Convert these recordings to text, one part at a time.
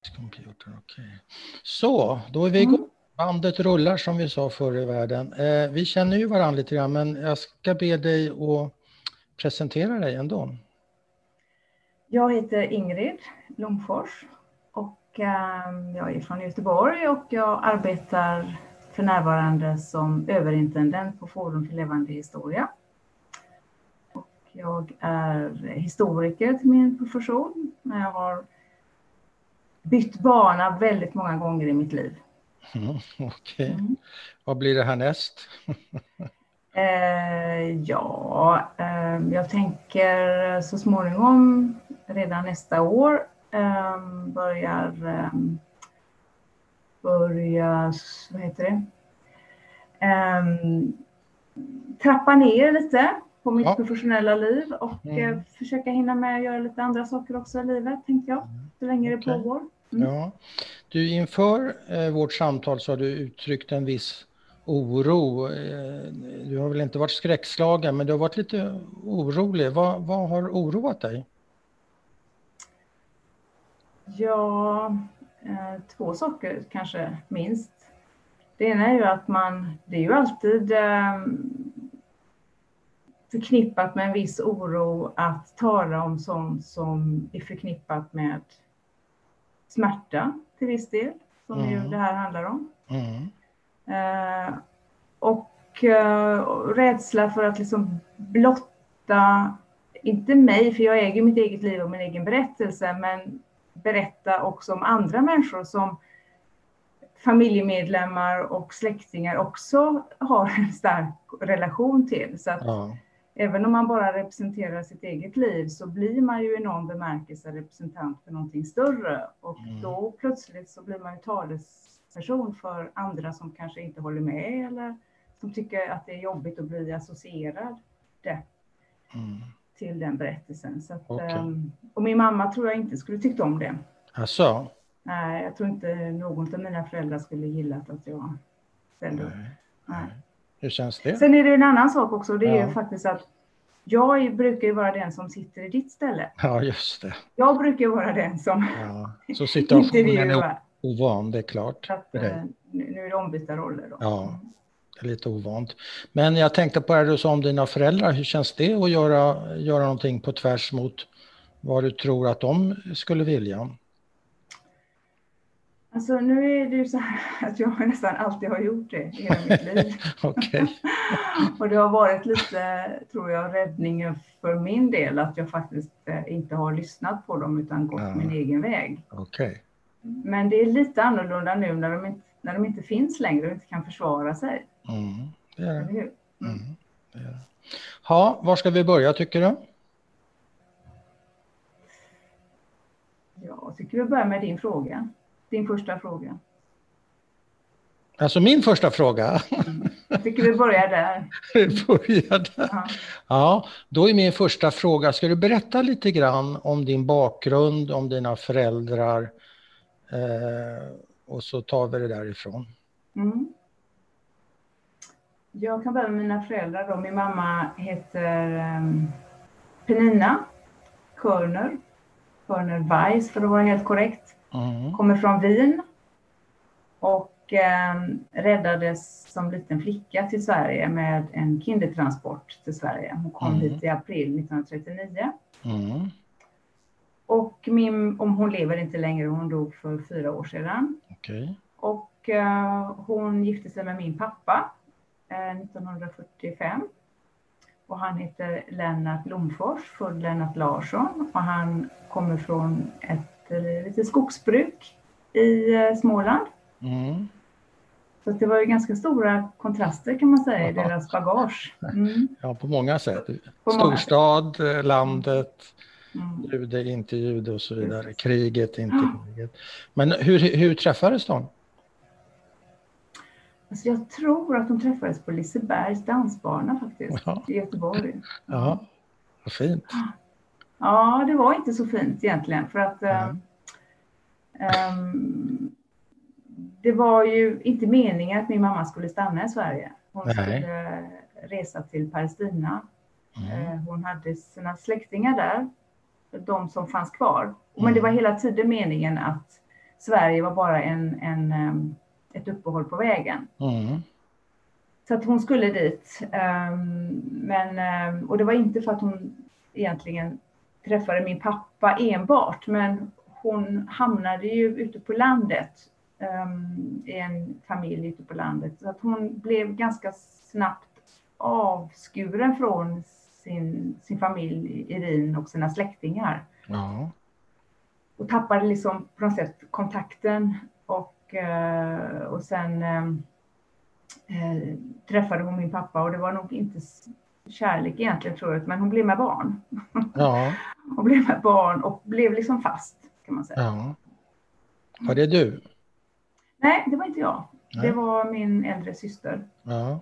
Computer, okej. Så, då är vi igång. Bandet rullar som vi sa förr i världen. Vi känner ju varandra lite grann, men jag ska be dig att presentera dig ändå. Jag heter Ingrid Lomfors och jag är från Göteborg och jag arbetar för närvarande som överintendent på Forum för levande historia. Och jag är historiker till min profession, men jag har bytt bana väldigt många gånger i mitt liv. Okej. Vad blir det härnäst? Jag tänker så småningom, redan nästa år, börja vad heter det? Trappa ner lite på mitt professionella liv och försöka hinna med att göra lite andra saker också i livet, tänkte jag, så länge det pågår. Ja. Du, inför vårt samtal så har du uttryckt en viss oro. Du har väl inte varit skräckslagen, men du har varit lite orolig. Vad har oroat dig? Ja, två saker kanske minst. Det ena är ju att det är ju alltid förknippat med en viss oro att tala om sånt som är förknippat med smärta till viss del, som ju det här handlar om. Och rädsla för att liksom blotta, inte mig, för jag äger mitt eget liv och min egen berättelse, men berätta också om andra människor som familjemedlemmar och släktingar också har en stark relation till. Så att även om man bara representerar sitt eget liv så blir man ju i någon bemärkelse representant för någonting större. Och då plötsligt så blir man ju talesperson för andra som kanske inte håller med eller som tycker att det är jobbigt att bli associerad till den berättelsen. Så att, och min mamma tror jag inte skulle tyckt om det. Asså? Nej, jag tror inte någon av mina föräldrar skulle gillat att jag ställde upp. Nej. Hur känns det? Sen är det en annan sak också. Det är ju faktiskt att jag brukar ju vara den som sitter i ditt ställe. Ja, just det. Jag brukar ju vara den som så situationen är ovan, det är klart. Att, nu är det ombytta roller då. Ja, det är lite ovant. Men jag tänkte på det du sa om dina föräldrar. Hur känns det att göra någonting på tvärs mot vad du tror att de skulle vilja? Alltså nu är det ju så här att jag nästan alltid har gjort det i hela mitt liv. Okej. Och det har varit lite, tror jag, räddningen för min del att jag faktiskt inte har lyssnat på dem utan gått min egen väg. Okej. Men det är lite annorlunda nu när de inte finns längre och inte kan försvara sig. Det är det. Det är det. Ja, var ska vi börja tycker du? Jag tycker vi börjar med din fråga. Din första fråga. Alltså min första fråga? Jag tycker vi börjar där. Vi börjar där. Ja, då är min första fråga. Ska du berätta lite grann om din bakgrund, om dina föräldrar? Och så tar vi det därifrån. Jag kan börja med mina föräldrar. Då. Min mamma heter Penina Körner Weiss för att vara helt korrekt. Kommer från Wien och räddades som liten flicka till Sverige med en kindertransport till Sverige. Hon kom hit i april 1939. Och hon lever inte längre, hon dog för 4 år sedan. Och hon gifte sig med min pappa 1945. Och han heter Lennart Lomfors, född Lennart Larsson. Och han kommer från ett litet skogsbruk i Småland. Så det var ju ganska stora kontraster kan man säga i deras bagage. Ja, på många sätt. Storstad, landet, jude, inte jude och så vidare. Kriget, inte kriget. Men hur träffades de? Alltså jag tror att de träffades på Lisebergs dansbana faktiskt, i Göteborg. Ja, vad fint. Ja, det var inte så fint egentligen för att det var ju inte meningen att min mamma skulle stanna i Sverige. Hon skulle resa till Palestina. Hon hade sina släktingar där, de som fanns kvar. Men det var hela tiden meningen att Sverige var bara ett uppehåll på vägen. Så att hon skulle dit. Och det var inte för att hon egentligen träffade min pappa enbart, men hon hamnade ju ute på landet, i en familj ute på landet. Så att hon blev ganska snabbt avskuren från sin familj i Rin och sina släktingar. Ja. Och tappade liksom på något sätt kontakten, och sen träffade hon min pappa, och det var nog inte kärlek egentligen, tror jag, men hon blev med barn. Ja. Hon blev med barn och blev liksom fast, kan man säga. Ja. Var det du? Nej, det var inte jag. Nej. Det var min äldre syster. Ja.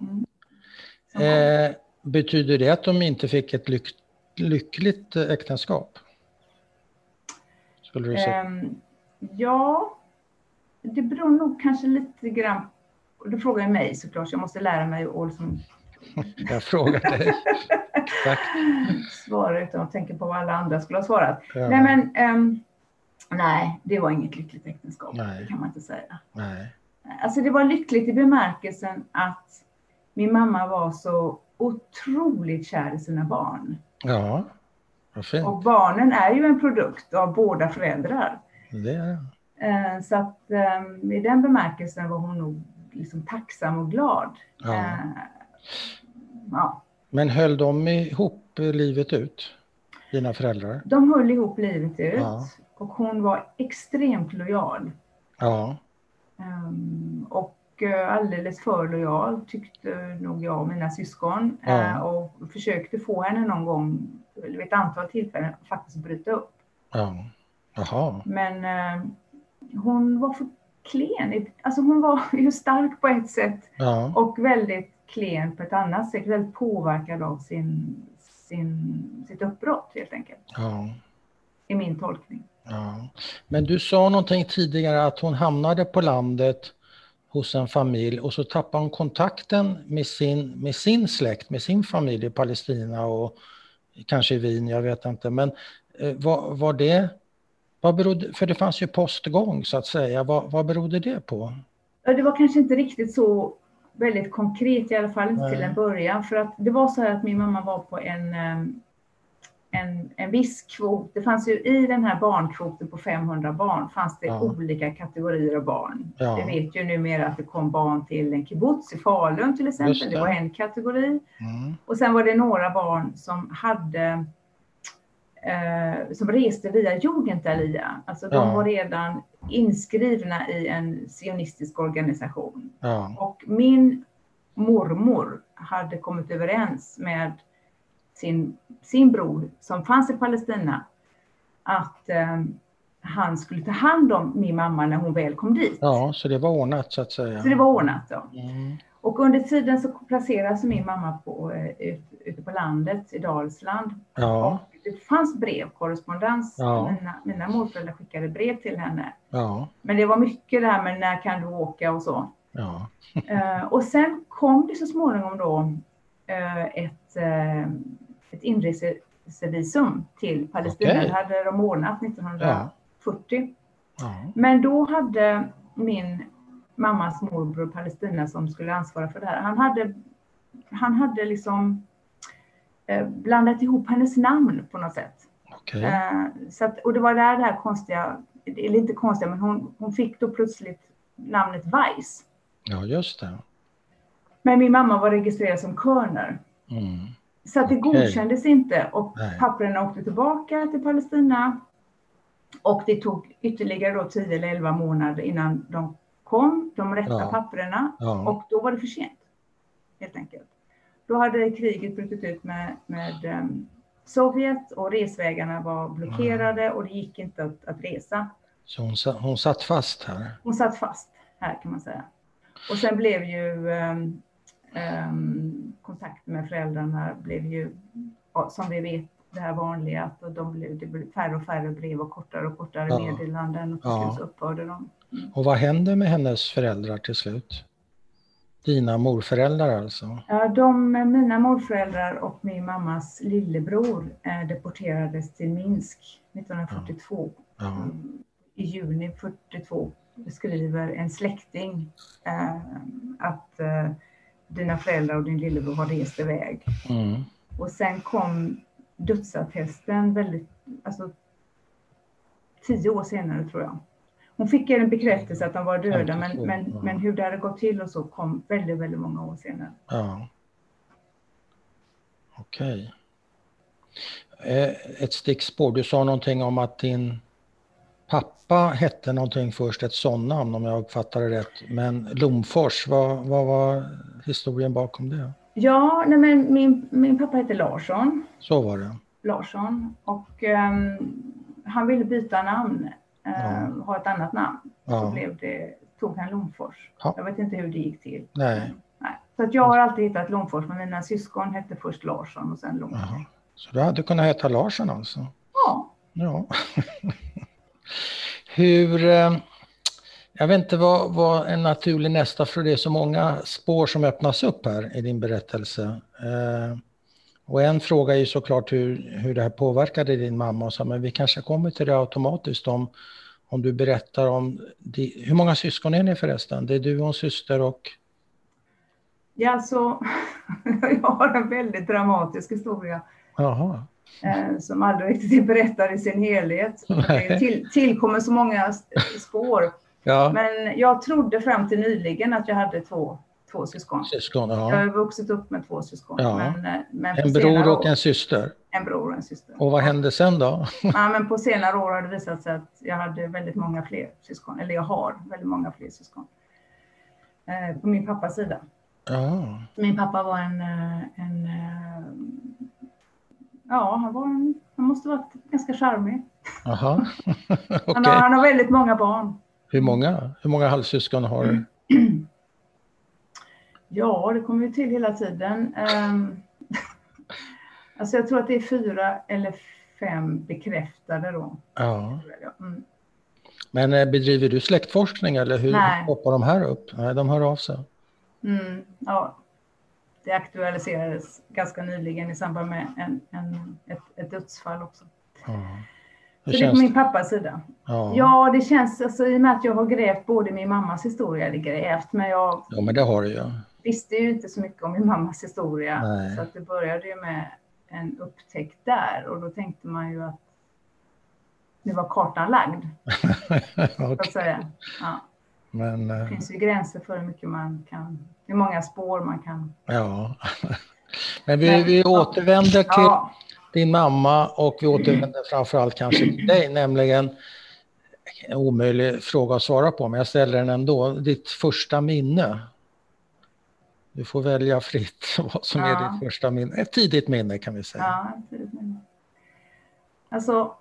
Betyder det att de inte fick ett lyckligt äktenskap? Skulle du säga? Ja, det beror nog kanske lite grann. Du frågar mig såklart, jag måste lära mig och liksom... Jag frågar dig. Svara utan att tänka på vad alla andra skulle ha svarat. Ja. Nej, men nej, det var inget lyckligt äktenskap. Nej. Det kan man inte säga. Nej. Alltså det var lyckligt i bemärkelsen att min mamma var så otroligt kär i sina barn. Ja, vad fint. Och barnen är ju en produkt av båda föräldrar. Det är det. Så att i den bemärkelsen var hon nog liksom tacksam och glad. Ja. Ja. Men höll de ihop livet ut, dina föräldrar? De höll ihop livet ut. Ja. Och hon var extremt lojal. Ja. Och alldeles för lojal, tyckte nog jag och mina syskon. Ja. Och försökte få henne någon gång, vid ett antal tillfällen, faktiskt bryta upp. Ja. Jaha. Men hon var för klen. Alltså hon var ju stark på ett sätt. Ja. Och väldigt klen på ett annat sätt. Väldigt påverkad av sitt uppbrott, helt enkelt. Ja. I min tolkning. Ja. Men du sa någonting tidigare att hon hamnade på landet hos en familj och så tappade hon kontakten med sin släkt, med sin familj i Palestina och kanske i Wien, jag vet inte. Men vad berodde, för det fanns ju postgång så att säga, vad berodde det på? Det var kanske inte riktigt så väldigt konkret, i alla fall inte till en början. För att det var så här att min mamma var på en viss kvot. Det fanns ju i den här barnkvoten på 500 barn fanns det olika kategorier av barn. Ja. Det vet ju numera att det kom barn till en kibbutz i Falun till exempel. Det var en kategori. Och sen var det några barn som reste via Jugendaliyah. Alltså de var redan inskrivna i en sionistisk organisation. Ja. Och min mormor hade kommit överens med sin bror som fanns i Palestina att han skulle ta hand om min mamma när hon väl kom dit. Ja, så det var ordnat så att säga. Så det var ordnat, ja. Och under tiden så placerades min mamma ute på landet i Dalsland. Ja. Och det fanns brevkorrespondens. Ja. Mina morföräldrar skickade brev till henne. Ja. Men det var mycket det här med när kan du åka och så. Ja. Och sen kom det så småningom då ett inresevisum till Palestina. Okej. Det hade de ordnat 1940. Ja. Men då hade min mammas morbror Palestina som skulle ansvara för det här. Han hade liksom blandat ihop hennes namn på något sätt. Okej. Så att, och det var det här konstiga, eller inte konstiga, men hon fick då plötsligt namnet Weiss. Ja, just det. Men min mamma var registrerad som Körner. Så att det godkändes inte. Och papperna åkte tillbaka till Palestina. Och det tog ytterligare då 10 eller 11 månader innan de kom. De rätta papperna. Ja. Och då var det för sent. Helt enkelt. Då hade kriget brutit ut med Sovjet. Och resvägarna var blockerade. Och det gick inte att resa. Så hon satt fast här? Hon satt fast här, kan man säga. Och sen blev ju kontakten med föräldrarna blev ju, som vi vet, det här vanliga, att det blev färre och färre brev och kortare meddelanden, och till slut så upphörde de. Och vad hände med hennes föräldrar till slut? Dina morföräldrar alltså? Ja, mina morföräldrar och min mammas lillebror deporterades till Minsk 1942. i juni 42 skriver en släkting att dina föräldrar och din lillebror har rest iväg. Och sen kom dödsattesten väldigt, alltså 10 år senare tror jag. Hon fick en bekräftelse att de var döda, men hur det hade gått till och så kom väldigt, väldigt många år senare. Ja. Okej. Ett stickspår. Du sa någonting om att din pappa hette någonting först, ett sånt namn om jag uppfattar det rätt. Men Lomfors, vad var historien bakom det? Ja, nej, men min pappa hette Larsson. Så var det. Larsson. Och han ville byta namn. Ha ett annat namn. Så tog han Lomfors. Ja. Jag vet inte hur det gick till. Nej. Så att jag har alltid hittat Lomfors, men mina syskon hette först Larsson och sen Lomfors. Aha. Så du hade kunnat heta Larsson alltså? Ja. Jag vet inte vad en naturlig nästa, för det är så många spår som öppnas upp här i din berättelse. Och en fråga är ju såklart hur det här påverkade din mamma och så, men vi kanske kommer till det automatiskt om du berättar om hur många syskon är ni förresten? Det är du och en syster och... Ja, alltså, jag har en väldigt dramatisk historia. Jaha. Som aldrig riktigt berättar i sin helhet. Det tillkommer så många spår. Ja. Men jag trodde fram till nyligen att jag hade två syskon. Ja. Jag har vuxit upp med 2 syskon. Ja. Men en bror och en syster. En bror och en syster. Och vad hände sen då? Ja, men på senare år har det visat sig att jag hade väldigt många fler syskon. Eller jag har väldigt många fler syskon. På min pappas sida. Ja. Min pappa var han måste varit ganska charmig. Aha. Okay. Han har väldigt många barn. Hur många halvsyskon har du? Ja, det kommer ju till hela tiden. Alltså jag tror att det är 4 eller 5 bekräftade då. Ja. Men bedriver du släktforskning eller hur hoppar de här upp? Nej, de hör av sig. Ja, det aktualiserades ganska nyligen i samband med ett dödsfall också. Ja. Så det är på min pappas sida. Ja, det känns, alltså, i och med att jag har grävt både min mammas historia, men Ja, men det har du ju. Visste ju inte så mycket om min mammas historia. Nej. Så att det började ju med en upptäckt där. Och då tänkte man ju att nu var kartan lagd. Så att säga. Ja. Men, det finns ju gränser för hur många spår man kan. Ja. Men vi återvänder till din mamma och vi återvänder framförallt kanske till dig, nämligen en omöjlig fråga att svara på, men jag ställer den ändå. Ditt första minne. Du får välja fritt vad som är ditt första minne. Ett tidigt minne kan vi säga. Ja, ett tidigt minne. Alltså,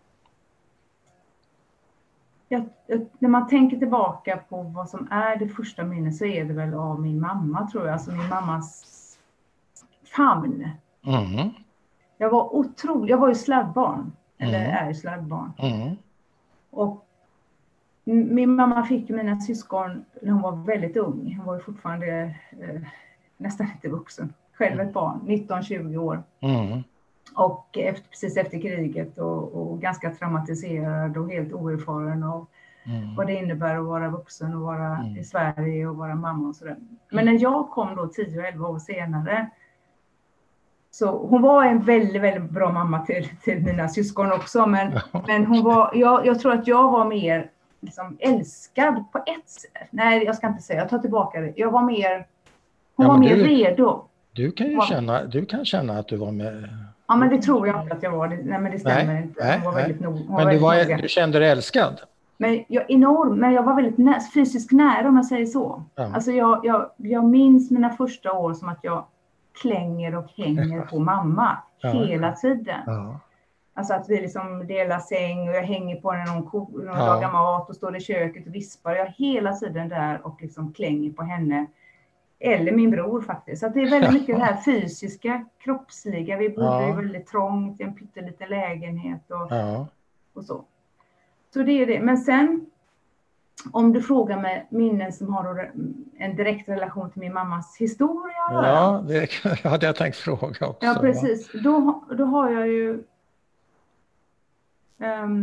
när man tänker tillbaka på vad som är det första minnet så är det väl av min mamma, tror jag. Alltså min mammas famn. Mm. Jag var ju sladdbarn. Eller är sladdbarn. Mm. Och min mamma fick mina syskon när hon var väldigt ung. Hon var ju fortfarande nästan inte vuxen. Själv ett barn, 19-20 år. Mm. Och precis efter kriget och ganska traumatiserad och helt oerfaren av vad det innebär att vara vuxen och vara i Sverige och vara mamma och sådär. Men när jag kom då 10-11 år senare, så hon var en väldigt, väldigt bra mamma till mina syskon också. Men hon var, jag tror att jag var mer liksom älskad på ett sätt. Nej, jag ska inte säga, jag tar tillbaka det. Jag var mer, hon var mer redo. Du kan känna att du var med. Ja, men det tror jag inte att jag var. Nej, men det stämmer inte. Hon var väldigt nog. Men du kände dig älskad? Men jag var väldigt fysiskt nära, om jag säger så. Ja. Alltså jag minns mina första år som att jag klänger och hänger på mamma hela tiden. Ja. Alltså att vi liksom delar säng och jag hänger på henne när hon lagar mat och står i köket och vispar. Jag är hela tiden där och liksom klänger på henne. Eller min bror faktiskt. Så att det är väldigt mycket det här fysiska, kroppsliga. Vi bodde ju väldigt trångt i en pytteliten lägenhet och så. Så det är det. Men sen, om du frågar mig minnen som har en direkt relation till min mammas historia. Ja, det hade jag tänkt fråga också. Ja, precis. Då har jag ju...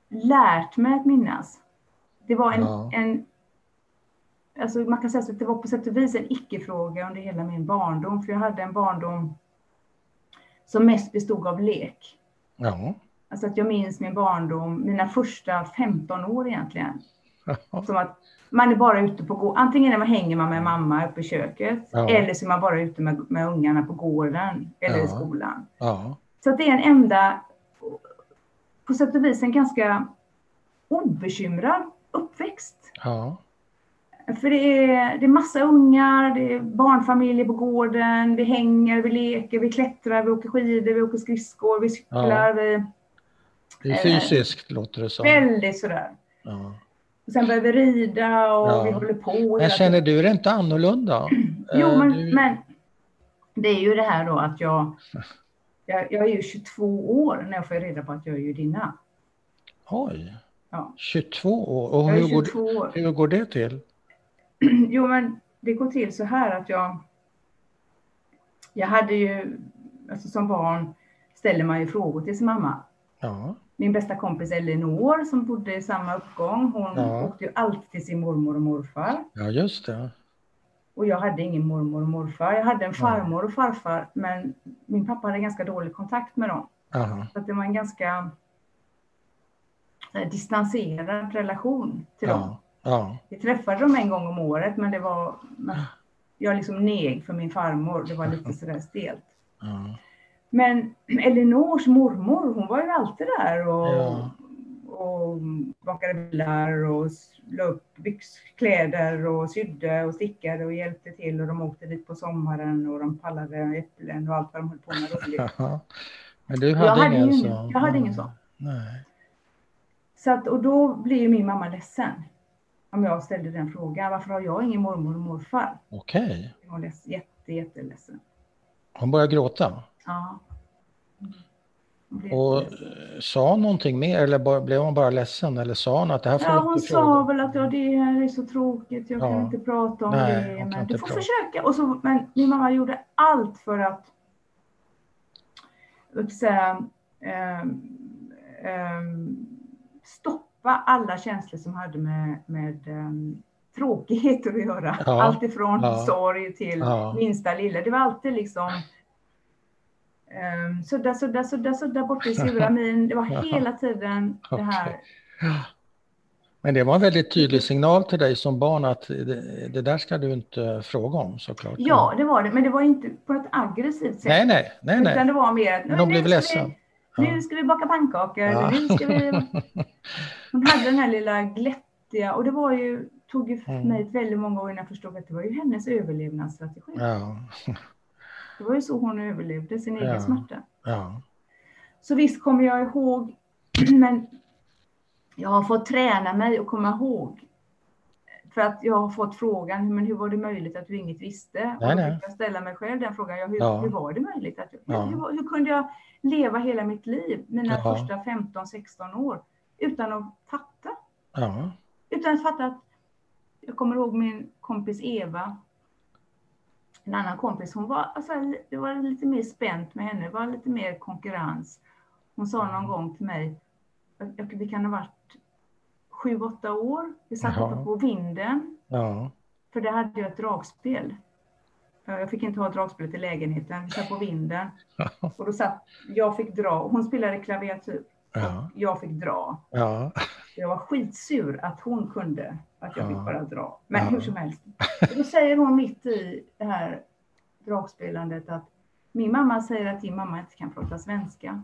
lärt mig att minnas. Det var Ja. alltså man kan säga att det var på sätt och vis en icke-fråga under hela min barndom. För jag hade en barndom som mest bestod av lek. Ja. Alltså att jag minns min barndom, mina första 15 år egentligen. Som att man är bara ute på gården. Antingen hänger man med mamma uppe i köket. Ja. Eller så är man bara ute med ungarna på gården. Eller Ja. i skolan. Ja. Så att det är en enda, på sätt och vis en ganska obekymrad uppväxt. Ja. För det är massa ungar, det är barnfamiljer på gården. Vi hänger, vi leker, vi klättrar, vi åker skidor, vi åker skridskor, vi cyklar. Ja. Det är fysiskt låter det som. Väldigt sådär. Ja. Och sen börjar vi rida och Ja. vi håller på. Men känner du det inte annorlunda? Jo, men det är ju det här då att jag är ju 22 år när jag får reda på att jag är judinna. Oj, Ja. 22 år. Och Jag är 22 år. hur går det till? Jo, men det går till så här att jag hade ju, alltså som barn ställer man ju frågor till sin mamma. Ja. Min bästa kompis Elinor som bodde i samma uppgång, hon åkte ju alltid till sin mormor och morfar. Ja, just det. Och jag hade ingen mormor och morfar. Jag hade en farmor och farfar, men min pappa hade ganska dålig kontakt med dem. Aha. Så att det var en ganska distanserad relation till dem. Ja. Vi träffade dem en gång om året, men det var, jag liksom neg för min farmor. Det var lite sådär stelt. Ja. Men Elinors mormor, hon var ju alltid där och bakade bilar och la upp byxkläder och sydde och stickade och hjälpte till. Och de åkte dit på sommaren och de pallade äpplen och allt vad de höll på med roligt. Ja. Men du hade ingen sån? Jag hade ingen sån. Nej. Så att, och då blir ju min mamma ledsen om jag ställde den frågan. Varför har jag ingen mormor och morfar? Okej. Hon är jätteledsen. Hon började gråta? Ja. Och sa någonting mer eller blev hon bara ledsen? Eller sa hon att det här får hon inte sa väl att det här är så tråkigt, jag kan inte prata om det. Men du får försöka. Och så, men min mamma gjorde allt för att stoppa alla känslor som hade med tråkigheter att göra. Allt ifrån sorg till minsta lilla. Det var alltid liksom sudda bort i sura min. Det var hela tiden det här. Men det var en väldigt tydlig signal till dig som barn att det där ska du inte fråga om, såklart. Ja, det var det. Men det var inte på ett aggressivt sätt. Nej. Utan det var mer att de blev ledsen. Nu ska vi baka pannkakor. Nu ska vi... Hon hade den här lilla glättiga. Och det var ju, tog ju mig väldigt många år innan jag förstod att det var ju hennes överlevnadsstrategi. Ja. Det var ju så hon överlevde sin egen smärta. Ja. Så visst kommer jag ihåg. Men jag har fått träna mig och komma ihåg. För att jag har fått frågan, men hur var det möjligt att du inget visste? Och då fick jag ställa mig själv den frågan, hur var det möjligt? Hur kunde jag leva hela mitt liv, mina första 15-16 år, utan att fatta? Ja. Utan att fatta att, jag kommer ihåg min kompis Eva, en annan kompis, hon var, alltså, det var lite mer spänt med henne, det var lite mer konkurrens. Hon sa någon gång till mig, vi kan ha varit 7-8 år. Vi satt uppe på vinden. Ja. För det hade ju ett dragspel. Jag fick inte ha dragspelet i lägenheten. Vi satt på vinden. Och då jag fick dra. Hon spelade klaviatur. Och jag fick dra. Ja. Jag var skitsur att hon kunde. Att jag fick bara dra. Men hur som helst. Och då säger hon mitt i det här dragspelandet att min mamma säger att din mamma inte kan prata svenska.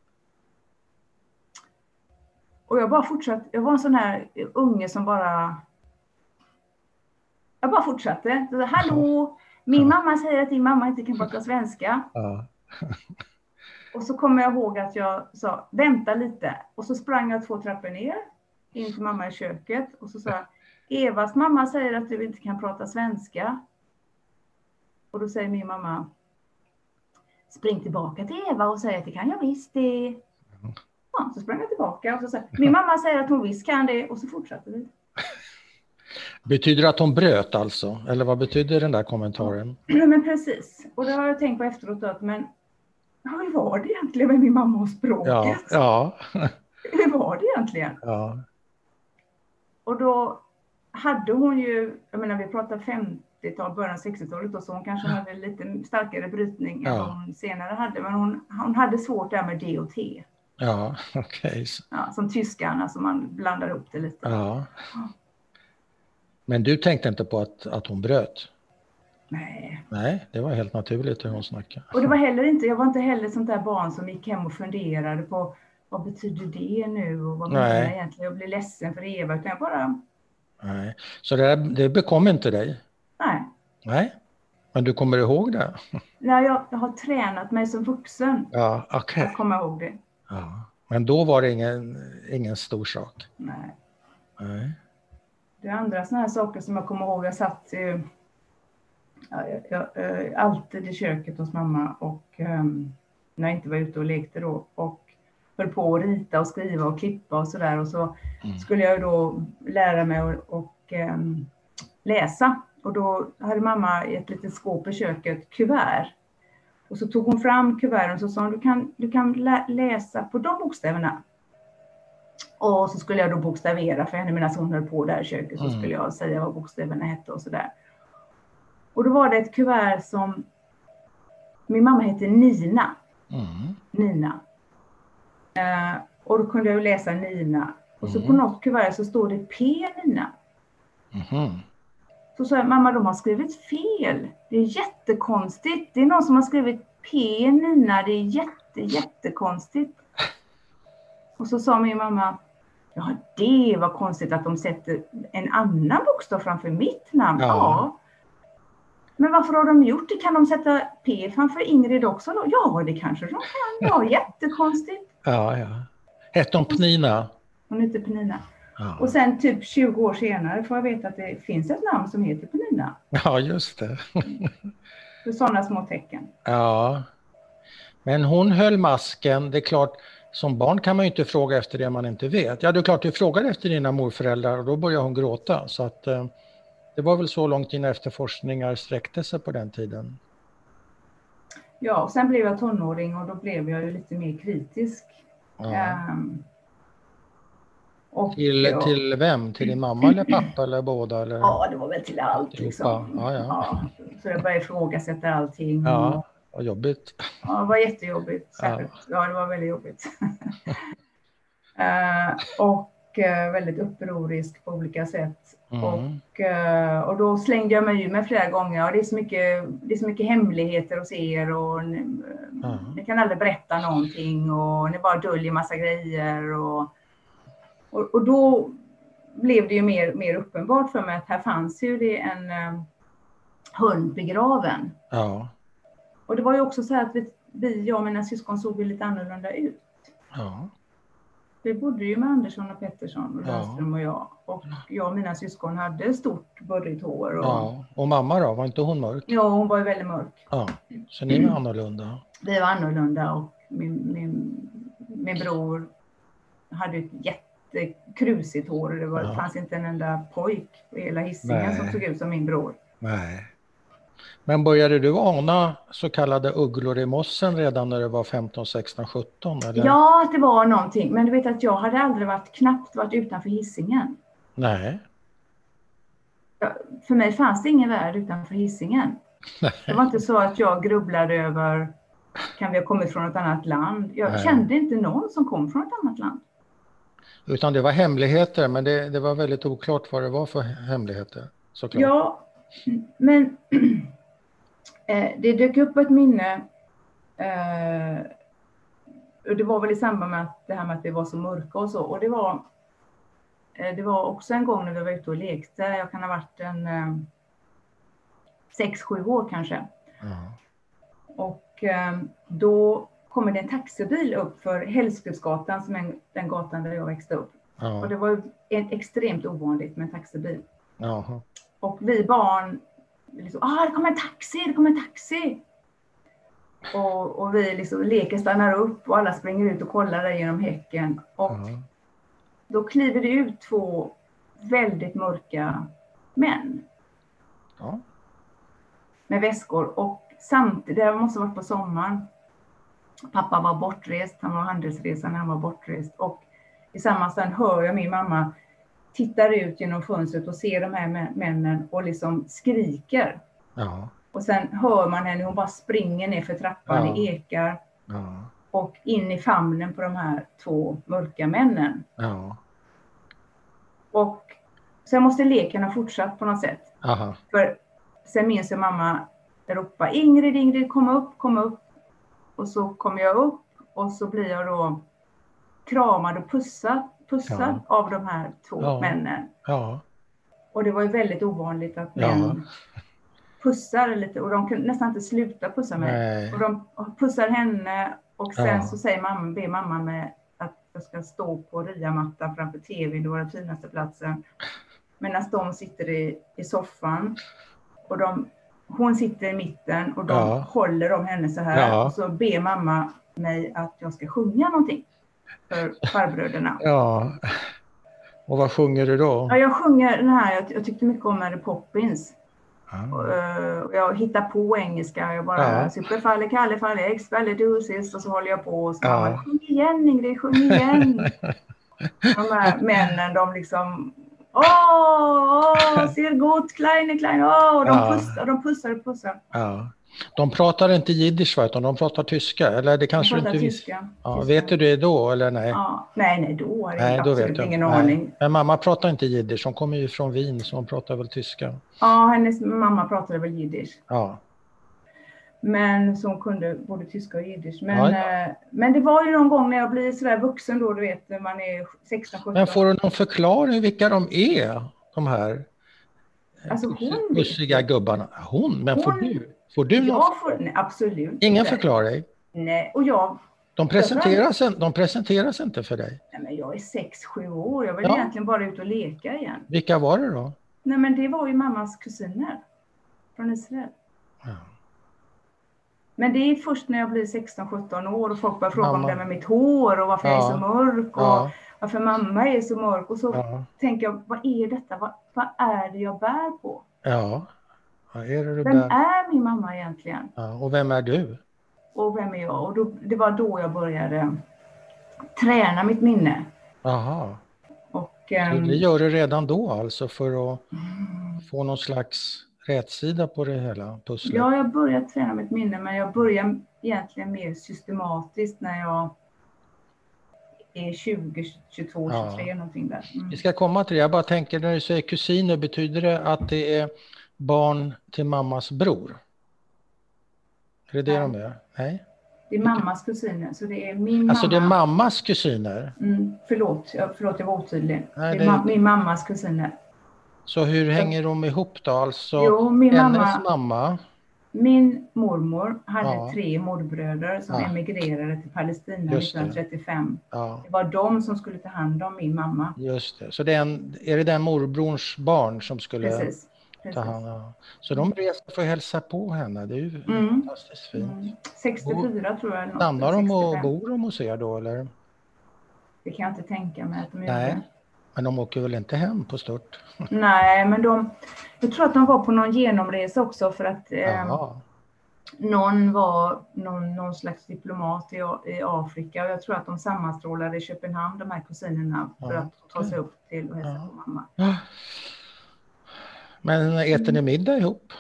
Och jag bara fortsatte. Jag var en sån här unge som bara... Jag bara fortsatte. Så, hallå, min mamma säger att din mamma inte kan prata svenska. Och så kommer jag ihåg att jag sa, vänta lite. Och så sprang jag 2 trappor ner. In till mamma i köket. Och så sa jag, Evas mamma säger att du inte kan prata svenska. Och då säger min mamma, spring tillbaka till Eva och säg att det kan jag visst det. Ja, så sprang jag tillbaka och så sa min mamma säger att hon visst kan det, och så fortsatte vi. Betyder det att hon bröt alltså? Eller vad betyder den där kommentaren? Ja, men precis. Och det har jag tänkt på efteråt att, men hur var det egentligen med min mamma och språket? Ja. hur var det egentligen? Ja. Och då hade hon ju, jag menar vi pratar 50-tal, början av 60-talet då, så hon kanske hade lite starkare brytning än vad hon senare hade. Men hon hade svårt där med D och T. Ja, okej. Ja, som tyskarna, som man blandar upp det lite. Ja. Men du tänkte inte på att hon bröt? Nej. Nej, det var helt naturligt hur hon snackade. Och det var heller inte, jag var inte heller sånt där barn som gick hem och funderade på vad betyder det nu och vad menar jag egentligen? Jag blir ledsen för Eva, utan jag bara... Nej, så det bekom inte dig? Nej. Nej, men du kommer ihåg det? Nej, jag har tränat mig som vuxen. Ja, okej. Jag kommer ihåg det. Ja, men då var det ingen stor sak? Nej. Nej. Det är andra såna här saker som jag kommer ihåg. Jag satt alltid i köket hos mamma och när jag inte var ute och lekte då och höll på att rita och skriva och klippa och sådär. Och så skulle jag då lära mig och läsa. Och då hade mamma i ett litet skåp i köket kuvert. Och så tog hon fram kuverten och så sa hon, du kan läsa på de bokstäverna. Och så skulle jag då bokstavera för henne medan hon höll på där i köket. Så skulle jag säga vad bokstäverna hette och sådär. Och då var det ett kuvert som... Min mamma heter Nina. Nina. Och då kunde jag läsa Nina. Och så på något kuvert så står det P Nina. Så sa jag, mamma, de har skrivit fel. Det är jättekonstigt. Det är någon som har skrivit P Nina. Det är jättekonstigt. Och så sa min mamma, ja, det var konstigt att de sätter en annan bokstav framför mitt namn. Ja. Men varför har de gjort det? Kan de sätta P framför Ingrid också då? Ja, det kanske de kan. Ja, jättekonstigt. Ja. Hette hon Pnina? Hon heter Pnina. Ja. Och sen typ 20 år senare får jag veta att det finns ett namn som heter Pnina. Ja, just det. För sådana små tecken. Ja. Men hon höll masken. Det är klart, som barn kan man ju inte fråga efter det man inte vet. Ja, det är klart du frågar efter dina morföräldrar och då börjar hon gråta. Så att det var väl så långt dina efterforskningar sträckte sig på den tiden. Ja, och sen blev jag tonåring och då blev jag ju lite mer kritisk. Ja. Till vem? Till din mamma eller pappa eller båda? Eller? Ja, det var väl till allt liksom. Ja. Så jag började ifrågasätta allting. Ja, vad jobbigt. Ja, det var jättejobbigt. Ja, det var väldigt jobbigt. Och väldigt upprorisk på olika sätt. Och då slängde jag mig med flera gånger. Och det är så mycket hemligheter hos er. Och ni kan aldrig berätta någonting. Och ni bara döljer massa grejer. Och då blev det ju mer uppenbart för mig att här fanns ju det en hund begraven. Ja. Och det var ju också så här att jag och mina syskon såg ju lite annorlunda ut. Ja. Vi bodde ju med Andersson och Pettersson och Lundström och jag. Och jag och mina syskon hade stort burrigt hår. Och mamma då? Var inte hon mörk? Ja, hon var ju väldigt mörk. Ja, så ni var annorlunda? Vi var annorlunda och min bror hade ett jättekrusigt hår. Det fanns inte en enda pojk på hela Hisingen som såg ut som min bror. Nej. Men började du ana så kallade ugglor i mossen redan när du var 15, 16, 17? Eller? Ja, det var någonting. Men du vet att jag hade aldrig knappt varit utanför Hisingen. Nej. För mig fanns det ingen värld utanför Hisingen. Nej. Det var inte så att jag grubblade över, kan vi ha kommit från ett annat land? Jag kände inte någon som kom från ett annat land. Utan det var hemligheter, men det var väldigt oklart vad det var för hemligheter. Såklart. Ja, men det dök upp ett minne. Och det var väl i samband med det här med att vi var så mörka och så. Och det var också en gång när vi var ute och lekte. Jag kan ha varit 6-7 år kanske. Och då kommer det en taxibil upp för Hällskudsgatan som är den gatan där jag växte upp. Och det var extremt ovanligt med en taxibil. Och vi barn liksom, det kommer en taxi. Och vi liksom leker stannar upp och alla springer ut och kollar där genom häcken. Och då kliver det ut 2 väldigt mörka män. Med väskor. Och samtidigt, det måste ha varit på sommaren. Pappa var bortrest, han var handelsresa när han var bortrest. Och i samma stund hör jag min mamma tittar ut genom fönstret och ser de här männen och liksom skriker. Ja. Och sen hör man henne, hon bara springer ner för trappan, Ja. det ekar. Ja. Och in i famnen på de här 2 mörka männen. Ja. Och sen måste leken ha fortsatt på något sätt. Aha. För sen minns jag mamma ropa, Ingrid, kom upp. Och så kommer jag upp och så blir jag då kramad och pussad av de här 2 männen. Ja. Och det var ju väldigt ovanligt att män pussar lite, och de kunde nästan inte sluta pussa mig. Nej. Och de pussar henne och sen så säger ber mamma mig att jag ska stå på riamattan framför tv, det var den finaste platsen. Medan de sitter i soffan och hon sitter i mitten och de håller om henne så här. Ja. Och så ber mamma mig att jag ska sjunga någonting för farbröderna. Ja. Och vad sjunger du då? Ja, jag sjunger den här, jag tyckte mycket om Mary Poppins. Och jag hittar på engelska, jag bara superfalle, kalle, falle, exfalle, dusis, och så håller jag på och så sjung igen Ingrid, sjung igen. De här männen, de liksom ser gott, kleine, de pussar. Ja. De pratar inte jiddisch, utan de pratar tyska, eller det kanske de pratar inte tyska. Ja, vet du det då eller nej? Ja, nej, då har jag absolut ingen aning. Men mamma pratar inte jiddisch, hon kommer ju från Wien så hon pratar väl tyska. Ja, hennes mamma pratade väl jiddisch. Ja. Men så hon kunde både tyska och jiddisch. Men det var ju någon gång när jag blir sådär vuxen då, du vet, när man är 16-17. Men får du någon förklaring vilka de är, de här bussiga gubbarna? Får du någon? Nej, absolut. Ingen förklaring? Nej, och de presenteras inte för dig? Nej, men jag är 6-7 år. Jag vill egentligen bara ut och leka igen. Vilka var det då? Nej, men det var ju mammas kusiner från Israel. Ja. Men det är först när jag blir 16-17 år och folk börjar fråga om det med mitt hår och varför jag är så mörk och varför mamma är så mörk. Och så tänker jag, vad är detta? Vad är det jag bär på? Ja. Vad är det du vem är min mamma egentligen? Ja, och vem är du? Och vem är jag? Och det var då jag började träna mitt minne. Aha. Och, så det gör du redan då alltså för att få någon slags rätsida på det hela pusslet? Ja, jag började träna mitt minne, men jag började egentligen mer systematiskt när jag är 20, 22, 23 någonting där. Vi ska komma till det. Jag bara tänker, när du säger kusiner, betyder det att det är barn till mammas bror? Är det de är? Nej. Det är mammas kusiner, så det är min alltså mamma. Det är mammas kusiner? Förlåt, jag var otydlig. Nej, det är min mammas kusiner. Så hur hänger de ihop då? Alltså hennes mamma. Min mormor hade 3 morbröder som emigrerade till Palestina 1935. Det var de som skulle ta hand om min mamma. Just det. Så är det den morbrors barn som skulle ta hand om? Så de reser för att hälsa på henne. Det är ju fantastiskt fint. 64 tror jag. Stannar de och bor de hos er då, eller? Det kan jag inte tänka mig att de gör. Nej. Men de åker väl inte hem på stort? Nej, men jag tror att de var på någon genomresa också för att någon var någon slags diplomat i Afrika. Och jag tror att de sammanstrålade i Köpenhamn, de här kusinerna, för att ta sig upp till och hälsa på mamma. Men äter ni middag ihop?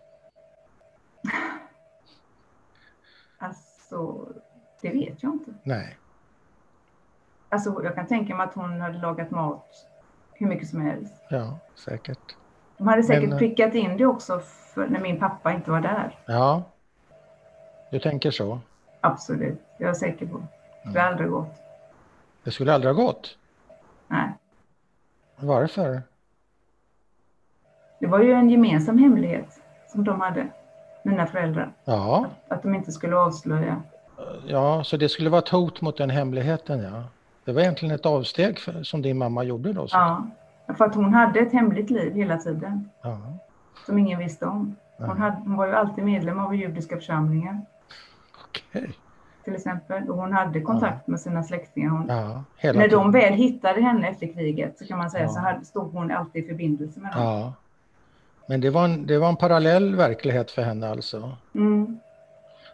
Alltså, det vet jag inte. Nej. Alltså, jag kan tänka mig att hon hade lagat mat hur mycket som helst. Ja, säkert. De hade säkert prickat in det också när min pappa inte var där. Ja, du tänker så? Absolut, jag är säker på. Det skulle aldrig gått. Det skulle aldrig ha gått? Nej. Varför? Det var ju en gemensam hemlighet som de hade, mina föräldrar. Ja. Att de inte skulle avslöja. Ja, så det skulle vara ett hot mot den hemligheten, ja. Det var egentligen ett avsteg som din mamma gjorde då. Så. Ja, för att hon hade ett hemligt liv hela tiden. Ja. Som ingen visste om. Hon var ju alltid medlem av judiska församlingar. Okej. Till exempel. Och hon hade kontakt med sina släktingar. När de väl hittade henne efter kriget så kan man säga så stod hon alltid i förbindelse med dem. Ja. Men det var en parallell verklighet för henne alltså.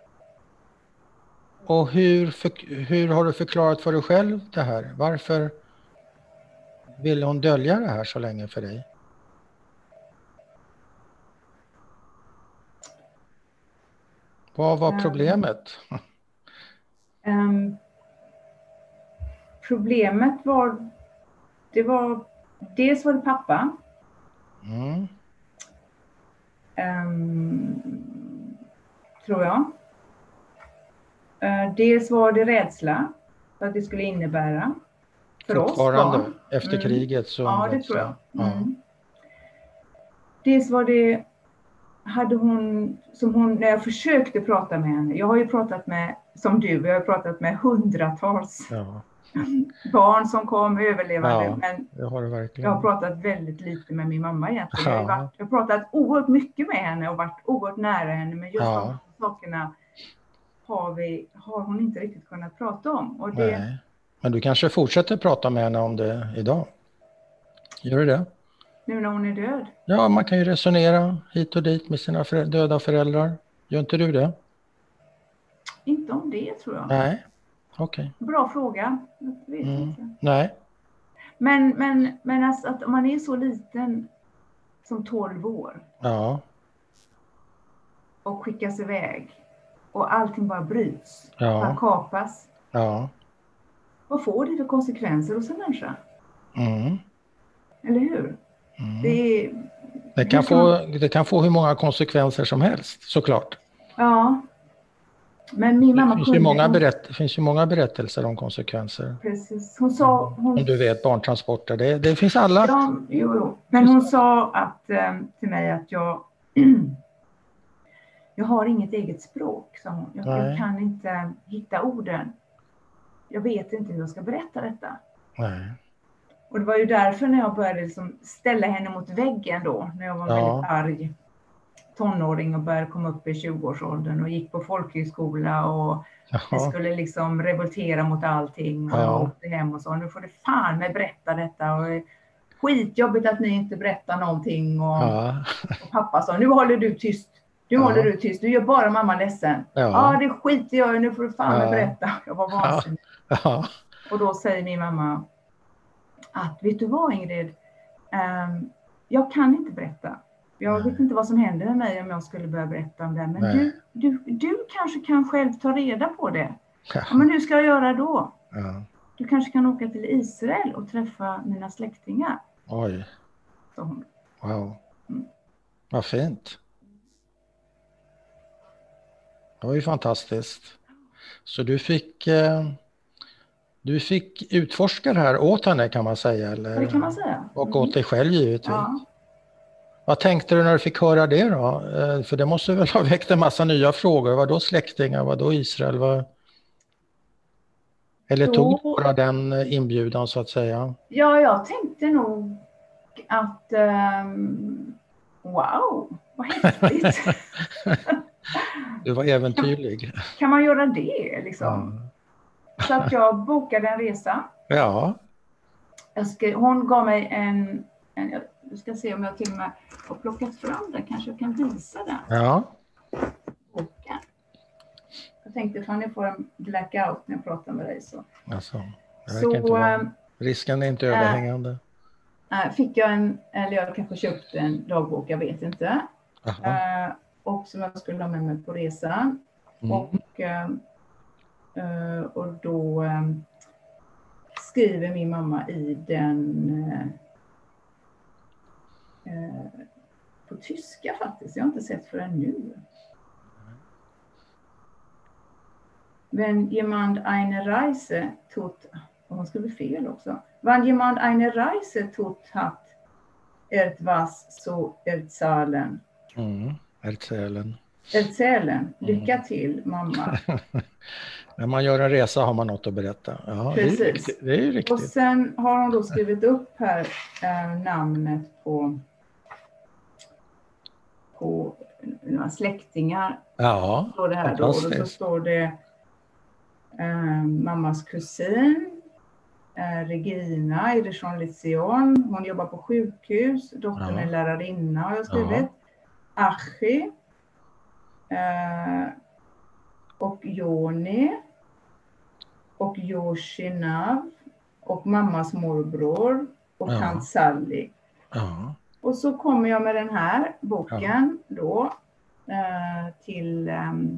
Och hur har du förklarat för dig själv det här? Varför ville hon dölja det här så länge för dig? Vad var problemet? Problemet var, dels var det pappa. Tror jag. Dels var det rädsla för att det skulle innebära för oss barn. Efter kriget så... Ja, det tror jag. Dels var det, hade hon, som hon, när jag försökte prata med henne, jag har ju pratat med, som du, jag har pratat med hundratals barn som kom överlevande, men jag har pratat väldigt lite med min mamma egentligen. Jag har pratat oerhört mycket med henne och varit oerhört nära henne, men just de sakerna har hon inte riktigt kunnat prata om. Och det... Nej. Men du kanske fortsätter prata med henne om det idag? Gör du det? Nu när hon är död? Ja, man kan ju resonera hit och dit med sina döda föräldrar. Gör inte du det? Inte om det, tror jag. Nej, okej. Bra fråga. Jag vet inte. Nej. Men alltså att man är så liten som 12 år. Ja. Och skickas iväg. Och allting bara bryts. Ja. Bara kapas. Ja. Vad får det för konsekvenser hos en människa? Eller hur? Det kan få hur många konsekvenser som helst, såklart. Ja. Men min mamma det finns ju många berättelser om konsekvenser. Precis. Hon sa... Om du vet, barntransporter. Det finns alla. Ja, jo. Men hon sa till mig att jag har inget eget språk, sa hon. Jag kan inte hitta orden. Jag vet inte hur jag ska berätta detta. Nej. Och det var ju därför när jag började liksom ställa henne mot väggen då. När jag var väldigt arg tonåring och började komma upp i 20-årsåldern. Och gick på folkhögskola och vi skulle liksom revoltera mot allting. Och jag åkte hem och sa, nu får du fan med berätta detta. Och skitjobbigt att ni inte berättar någonting. Och pappa sa, nu håller du tyst. Du gör bara mamma ledsen. Ja, det skiter jag i, nu får du fan med berätta. Jag var vansinnig. Och då säger min mamma att, vet du vad Ingrid, jag kan inte berätta. Jag vet inte vad som händer med mig om jag skulle börja berätta om det. Men du kanske kan själv ta reda på det. Ja, men hur ska jag göra då? Du kanske kan åka till Israel och träffa mina släktingar. Oj. Så hon. Wow. Vad fint. Det var ju fantastiskt. Så du fick utforska det här åt henne, kan man säga? Eller? Det kan man säga. Och åt dig själv givetvis. Ja. Vad tänkte du när du fick höra det då? För det måste väl ha väckt en massa nya frågor. Vad då släktingar? Vad då Israel? Eller tog du bara den inbjudan så att säga? Ja, jag tänkte nog att wow, vad häftigt. Du var äventyrlig. Kan man göra det liksom? Så att jag bokade en resa. Ja. Hon gav mig du ska se om jag till och med har plockat fram den. Kanske jag kan visa den. Ja. Boken. Jag tänkte att ni får en blackout när jag pratar med dig. Alltså, risken är inte överhängande. Fick jag eller jag kanske köpte en dagbok, jag vet inte. Och som jag skulle ha med mig på resan. Och då skriver min mamma i den på tyska faktiskt. Jag har inte sett förrän nu. Wenn jemand eine Reise tut, och hon skriver fel också. Wenn jemand eine Reise tut hat, etwas så erzählen. Erzählen. Lycka till, mamma. När man gör en resa har man något att berätta. Ja, precis. Det är ju riktigt. Och sen har hon då skrivit upp här namnet på några släktingar. Ja, står det här då. Och så står det mammas kusin, Regina, är det från Lision. Hon jobbar på sjukhus. Dottern är lärarinna, har jag skrivit. Achi. Och Joni. Och Yoshinav. Och mammas morbror. och tant Sally. Ja. Och så kommer jag med den här boken då till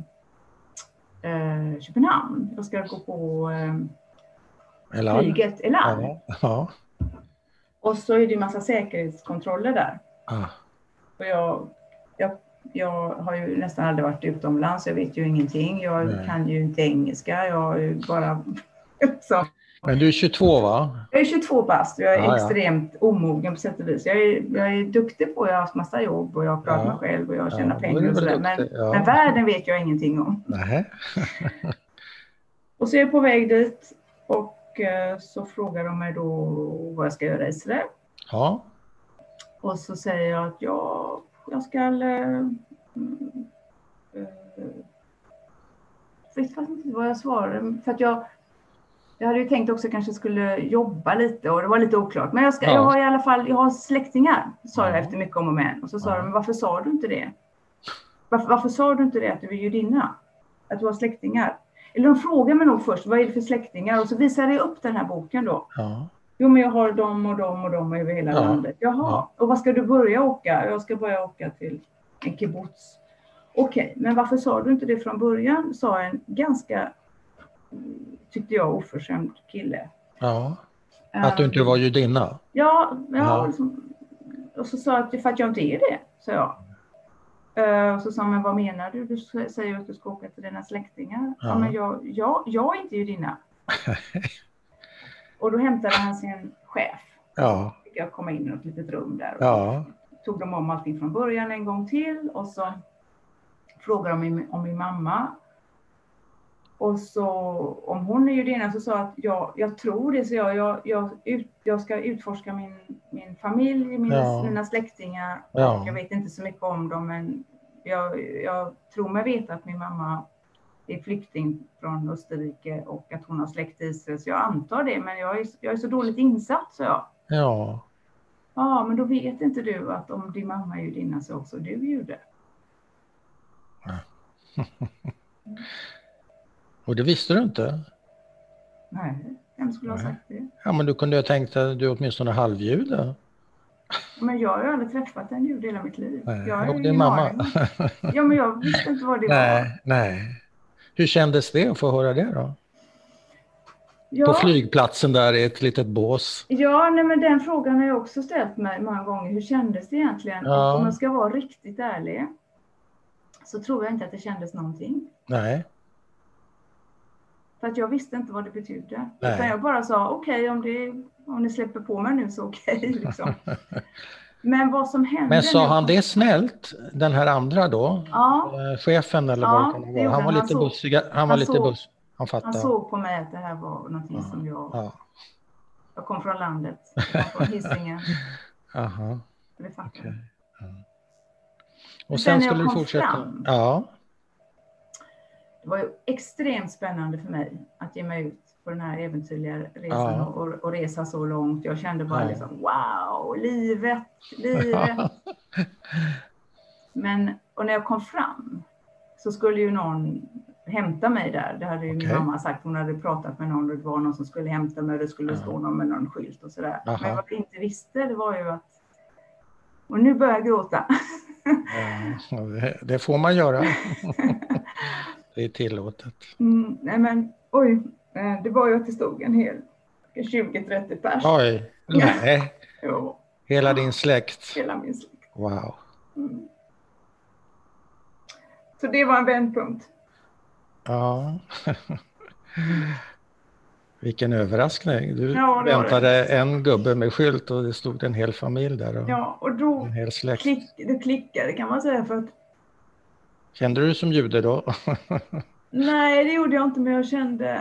Köpenhamn. Jag ska gå på flyget Elan. Ja. Och så är det en massa säkerhetskontroller där. Och jag har ju nästan aldrig varit utomlands. Jag vet ju ingenting. Jag kan ju inte engelska. Jag är ju bara... Men du är 22 va? Jag är 22 bast. Jag är extremt omogen på sätt och vis. Jag är duktig på. Jag har haft massa jobb och jag har klarat mig själv och jag tjänar pengar och sådär. Men världen vet jag ingenting om. Nej. Och så är jag på väg dit och så frågar de mig då vad jag ska göra i Israel. Ja. Och så säger jag att jag ska... vet faktiskt inte vad jag svarade. För att jag hade ju tänkt också kanske skulle jobba lite och det var lite oklart. Men jag har i alla fall, jag har släktingar, sa jag efter mycket om och men. Och så sa de, men varför sa du inte det? Varför sa du inte det att du är judinna? Att du har släktingar? Eller de frågar mig nog först, vad är det för släktingar? Och så visade jag upp den här boken då. Ja. Jo, men jag har dem och dem och dem över hela landet. Jaha, och vad ska du börja åka? Jag ska börja åka till en kibbutz. Okej, men varför sa du inte det från början? Sa en ganska, tyckte jag, oförskämd kille. Ja, att du inte var judinna. Ja. Liksom, och så sa jag att för att jag inte är det, sa jag. Och så sa han, men vad menar du? Du säger att du ska åka till dina släktingar. Ja, men jag är inte judinna. Och då hämtade han sin chef. Ja. Så fick jag komma in i något litet rum där. Och tog de om allting från början en gång till. Och så frågade de om min mamma. Och så om hon är judinna så sa jag att jag tror det. Så jag ska utforska min familj, mina släktingar. Ja. Jag vet inte så mycket om dem, men jag tror mig veta att min mamma är flykting från Österrike och att hon har släkt i Israel. Så jag antar det, men jag är så dåligt insatt, så jag. Ja. Ja, men då vet inte du att om din mamma är judinna så också du är jude. Och det visste du inte? Nej, vem skulle ha sagt det? Ja, men du kunde ju ha tänkt att du är åtminstone halvjude. Men jag har ju aldrig träffat en jude i hela mitt liv. Nej, jag och din mamma. Ja, men jag visste inte vad det var. Nej. Hur kändes det att få höra det då? Ja. På flygplatsen där i ett litet bås. Ja, nej, men den frågan har jag också ställt mig många gånger. Hur kändes det egentligen? Ja. Om jag ska vara riktigt ärlig så tror jag inte att det kändes någonting. Nej. För att jag visste inte vad det betydde. Utan jag bara sa, okej, om ni släpper på mig nu så okej. Liksom. Men vad som hände... Men sa han det snällt, den här andra då? Ja. Chefen eller vad det kan vara? Han var lite bussig. Han såg på mig att det här var någonting som jag... Ja. Jag kom från landet. Jag kom från Hisingen. Aha. Det fattar okay. Och sen skulle du fortsätta? Fram, det var ju extremt spännande för mig att ge mig ut på den här äventyrliga resan och resa så långt. Jag kände bara liksom, wow, livet. Men, och när jag kom fram så skulle ju någon hämta mig där. Det hade ju min mamma sagt. Hon hade pratat med någon och det var någon som skulle hämta mig och det skulle stå någon med någon skylt och sådär. Men vad jag inte visste, det var ju att... Och nu börjar jag gråta. Det får man göra. Det är tillåtet. Nej men, oj. Det var ju att det stod en hel 20-30 pers. Oj, nej. Jo. Hela din släkt. Hela min släkt. Wow. Så det var en vändpunkt. Ja. Vilken överraskning. Du väntade en gubbe med skylt och det stod en hel familj där. Och då en hel släkt. Det klickade kan man säga. För att... Kände du som jude då? Nej, det gjorde jag inte, men jag kände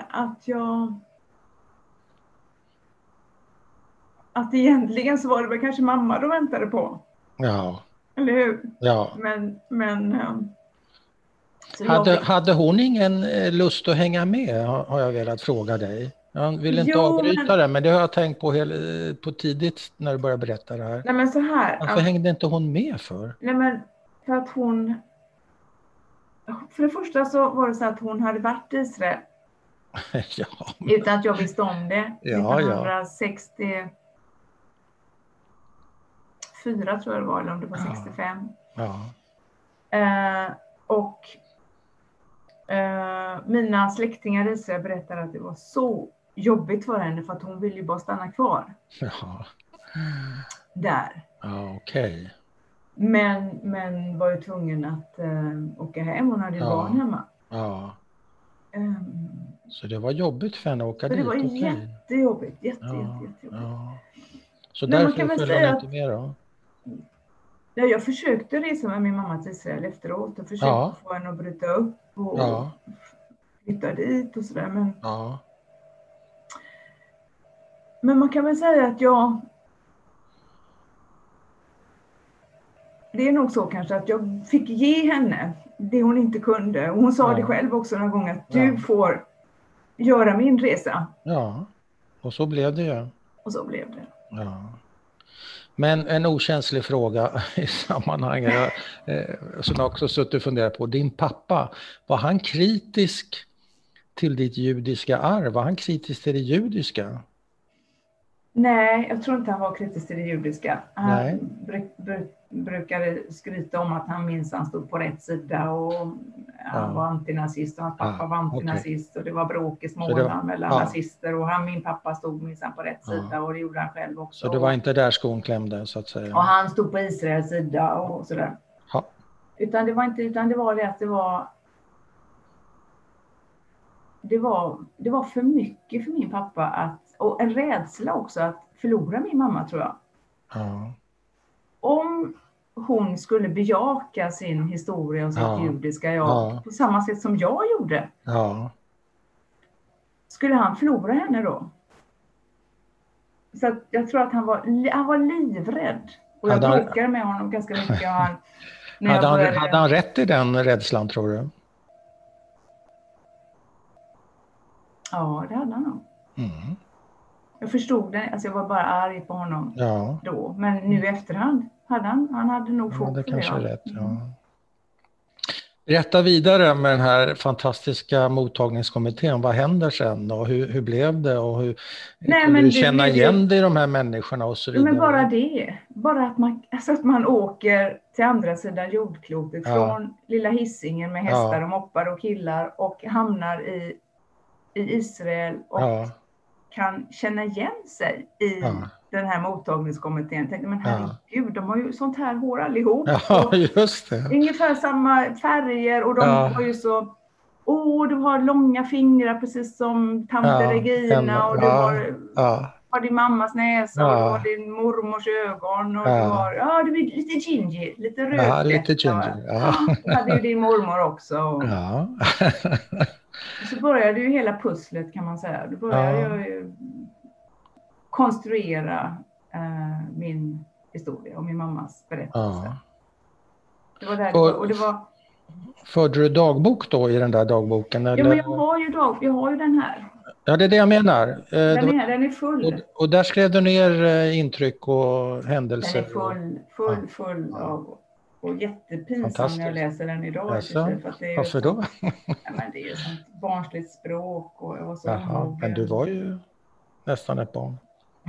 att egentligen så var det väl kanske mamma då väntade på. Ja. Eller hur? Ja. Men hade hon ingen lust att hänga med, har jag velat fråga dig. Jag vill inte avbryta det, men det har jag tänkt på tidigt när du började berätta det här. Nej, men så här. Varför hängde inte hon med för? Nej, men för att hon... För det första så var det så att hon hade varit i Israel. Ja. Utan att jag visste om det. 1960... 64 tror jag det var, eller om det var 65. Ja. Och mina släktingar i Israel berättade att det var så jobbigt för henne för att hon ville ju bara stanna kvar Jaha. där. Ja, okej. Men var ju tvungen att åka hem. Hon hade ju barn hemma. Ja. Så det var jobbigt för henne att åka så dit? det var jättejobbigt. Jättejobbigt. Ja. Så men därför följde hon inte med då? Jag försökte resa med min mamma till Israel efteråt och försökte få henne att bryta upp och flytta dit och sådär. Men man kan väl säga att det är nog så kanske att jag fick ge henne det hon inte kunde. Och hon sa det själv också någon gång att du får göra min resa. Ja, och så blev det ju. Och så blev det. Ja. Men en okänslig fråga i sammanhanget som jag också suttit och funderat på. Din pappa, var han kritisk till ditt judiska arv? Var han kritisk till det judiska? Nej, jag tror inte han var kritisk till det judiska. Han brukade skryta om att han minsann stod på rätt sida och han var antinazist och hans pappa var antinazist och det var bråk i Småland mellan nazister och min pappa stod minsann på rätt sida och det gjorde han själv också. Så det var inte där skon klämde så att säga? Och han stod på Israels sida och sådär. Ja. Utan det var det att det var för mycket för min pappa och en rädsla också att förlora min mamma, tror jag. Ja. Om hon skulle bejaka sin historia och sitt judiska på samma sätt som jag gjorde. Ja. Skulle han förlora henne då? Så att jag tror att han var livrädd. Och jag bråkade med honom ganska mycket. Hade han rätt i den rädslan, tror du? Ja, det hade han nog. Mm. Jag förstod det, alltså jag var bara arg på honom då. Men nu i efterhand hade han nog fog för det. Kanske rätt, Berätta vidare med den här fantastiska mottagningskommittén. Vad händer sen och hur blev det? Och hur kunde du känna igen dig i de här människorna och så vidare? Men bara det. Bara att man åker till andra sidan jordklotet från lilla Hisingen med hästar och moppar och killar och hamnar i Israel och kan känna igen sig i den här mottagningskommittén. Jag tänkte, men herregud, de har ju sånt här hår allihop. Ja, just det. Ungefär samma färger och de var ju så, du har långa fingrar precis som tante Regina och du har din mammas näsa och du har din mormors ögon och du har, du är lite ginger, lite röd. Ja, lite ginger. Det hade ju din mormor också. Ja. Så började ju hela pusslet, kan man säga. Då började jag ju konstruera min historia och min mammas berättelse. Det var där och det var... Förde du dagbok då i den där dagboken? Eller? Ja, men jag har ju den här. Ja, det är det jag menar. Den är full. Och där skrev du ner intryck och händelser? Den är full av... Och jättepinsam när jag läser den idag. Varför då? Men det är ju sånt barnsligt språk. Och jag var så Jaha, men du var ju nästan ett barn.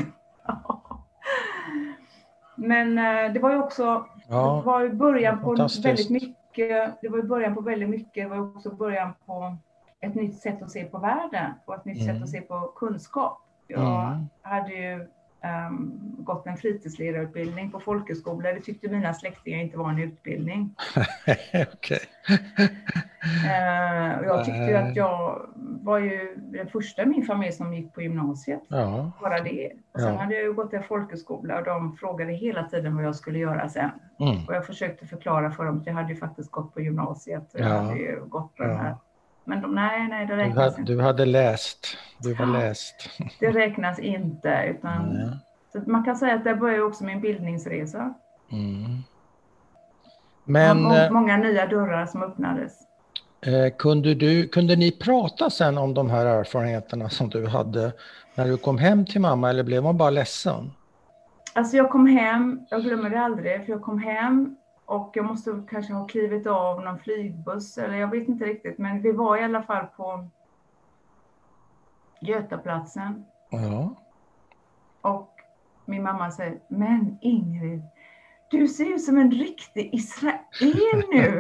Men det var ju också... Det var ju början på väldigt mycket. Det var ju början på väldigt mycket. Det var också början på ett nytt sätt att se på världen. Och ett nytt sätt att se på kunskap. Jag hade ju... gått en fritidsledarutbildning på folkhögskola. Det tyckte mina släktingar inte var en utbildning. Okej. Jag tyckte ju att jag var ju den första i min familj som gick på gymnasiet. Bara det. Och sen hade jag ju gått en folkhögskola och de frågade hela tiden vad jag skulle göra sen. Och jag försökte förklara för dem att jag hade ju faktiskt gått på gymnasiet. Och jag hade ju gått på den här. Men nej, det räknas inte. Du hade läst. Du var läst. Det räknas inte, utan så man kan säga att det började också min bildningsresa. Men många nya dörrar som öppnades. Kunde ni prata sen om de här erfarenheterna som du hade när du kom hem till mamma, eller blev man bara ledsen? Alltså jag kom hem, jag glömmer det aldrig, för jag kom hem och jag måste kanske ha klivit av någon flygbuss, eller jag vet inte riktigt, men vi var i alla fall på Götaplatsen. Och min mamma säger, men Ingrid, Du ser ju som en riktig israel nu.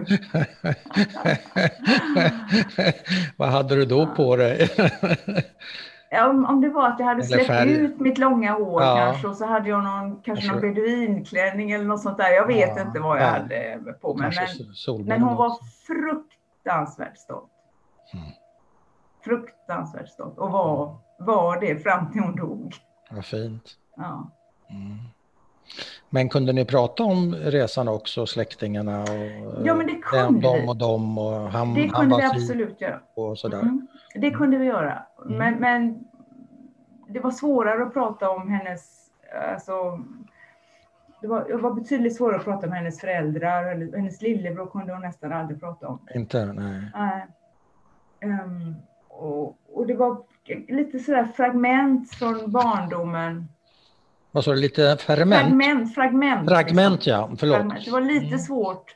Vad hade du då på dig? Ja, om det var att jag hade Eller släppt färg. ut mitt långa hår Ja. kanske, och så hade jag någon beduinklänning eller något sånt där. Jag vet inte vad jag hade på mig. Men hon var fruktansvärt stolt. Fruktansvärt stolt. Och var det fram till hon dog. Vad fint. Ja. Men kunde ni prata om resan också, släktingarna? Och, ja, men det kunde vi. Och dem och han, det han kunde var vi fri absolut göra. Och sådär. Det kunde vi göra. Men det var svårare att prata om hennes... Alltså, det var betydligt svårare att prata om hennes föräldrar. Hennes lillebror kunde hon nästan aldrig prata om. Inte, nej. Och det var lite sådär fragment från barndomen. Vad sa du, lite fragment? Fragment, ja. Förlåt. Fragment. Det var lite svårt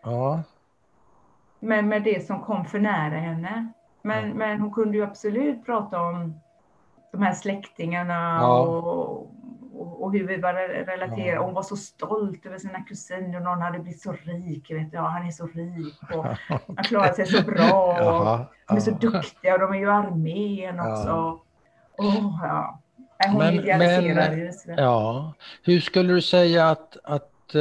med det som kom för nära henne. Men hon kunde ju absolut prata om de här släktingarna och hur vi var relaterade. Hon var så stolt över sina kusiner. Och någon hade blivit så rik. Vet du? Ja, han är så rik och han klarar sig så bra. De är så duktiga och de är ju armén också. Hon idealiserar ju. Hur skulle du säga att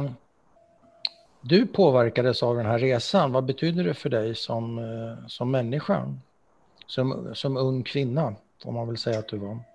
du påverkades av den här resan? Vad betyder det för dig som människa? Som ung kvinna, får man väl säga att du var.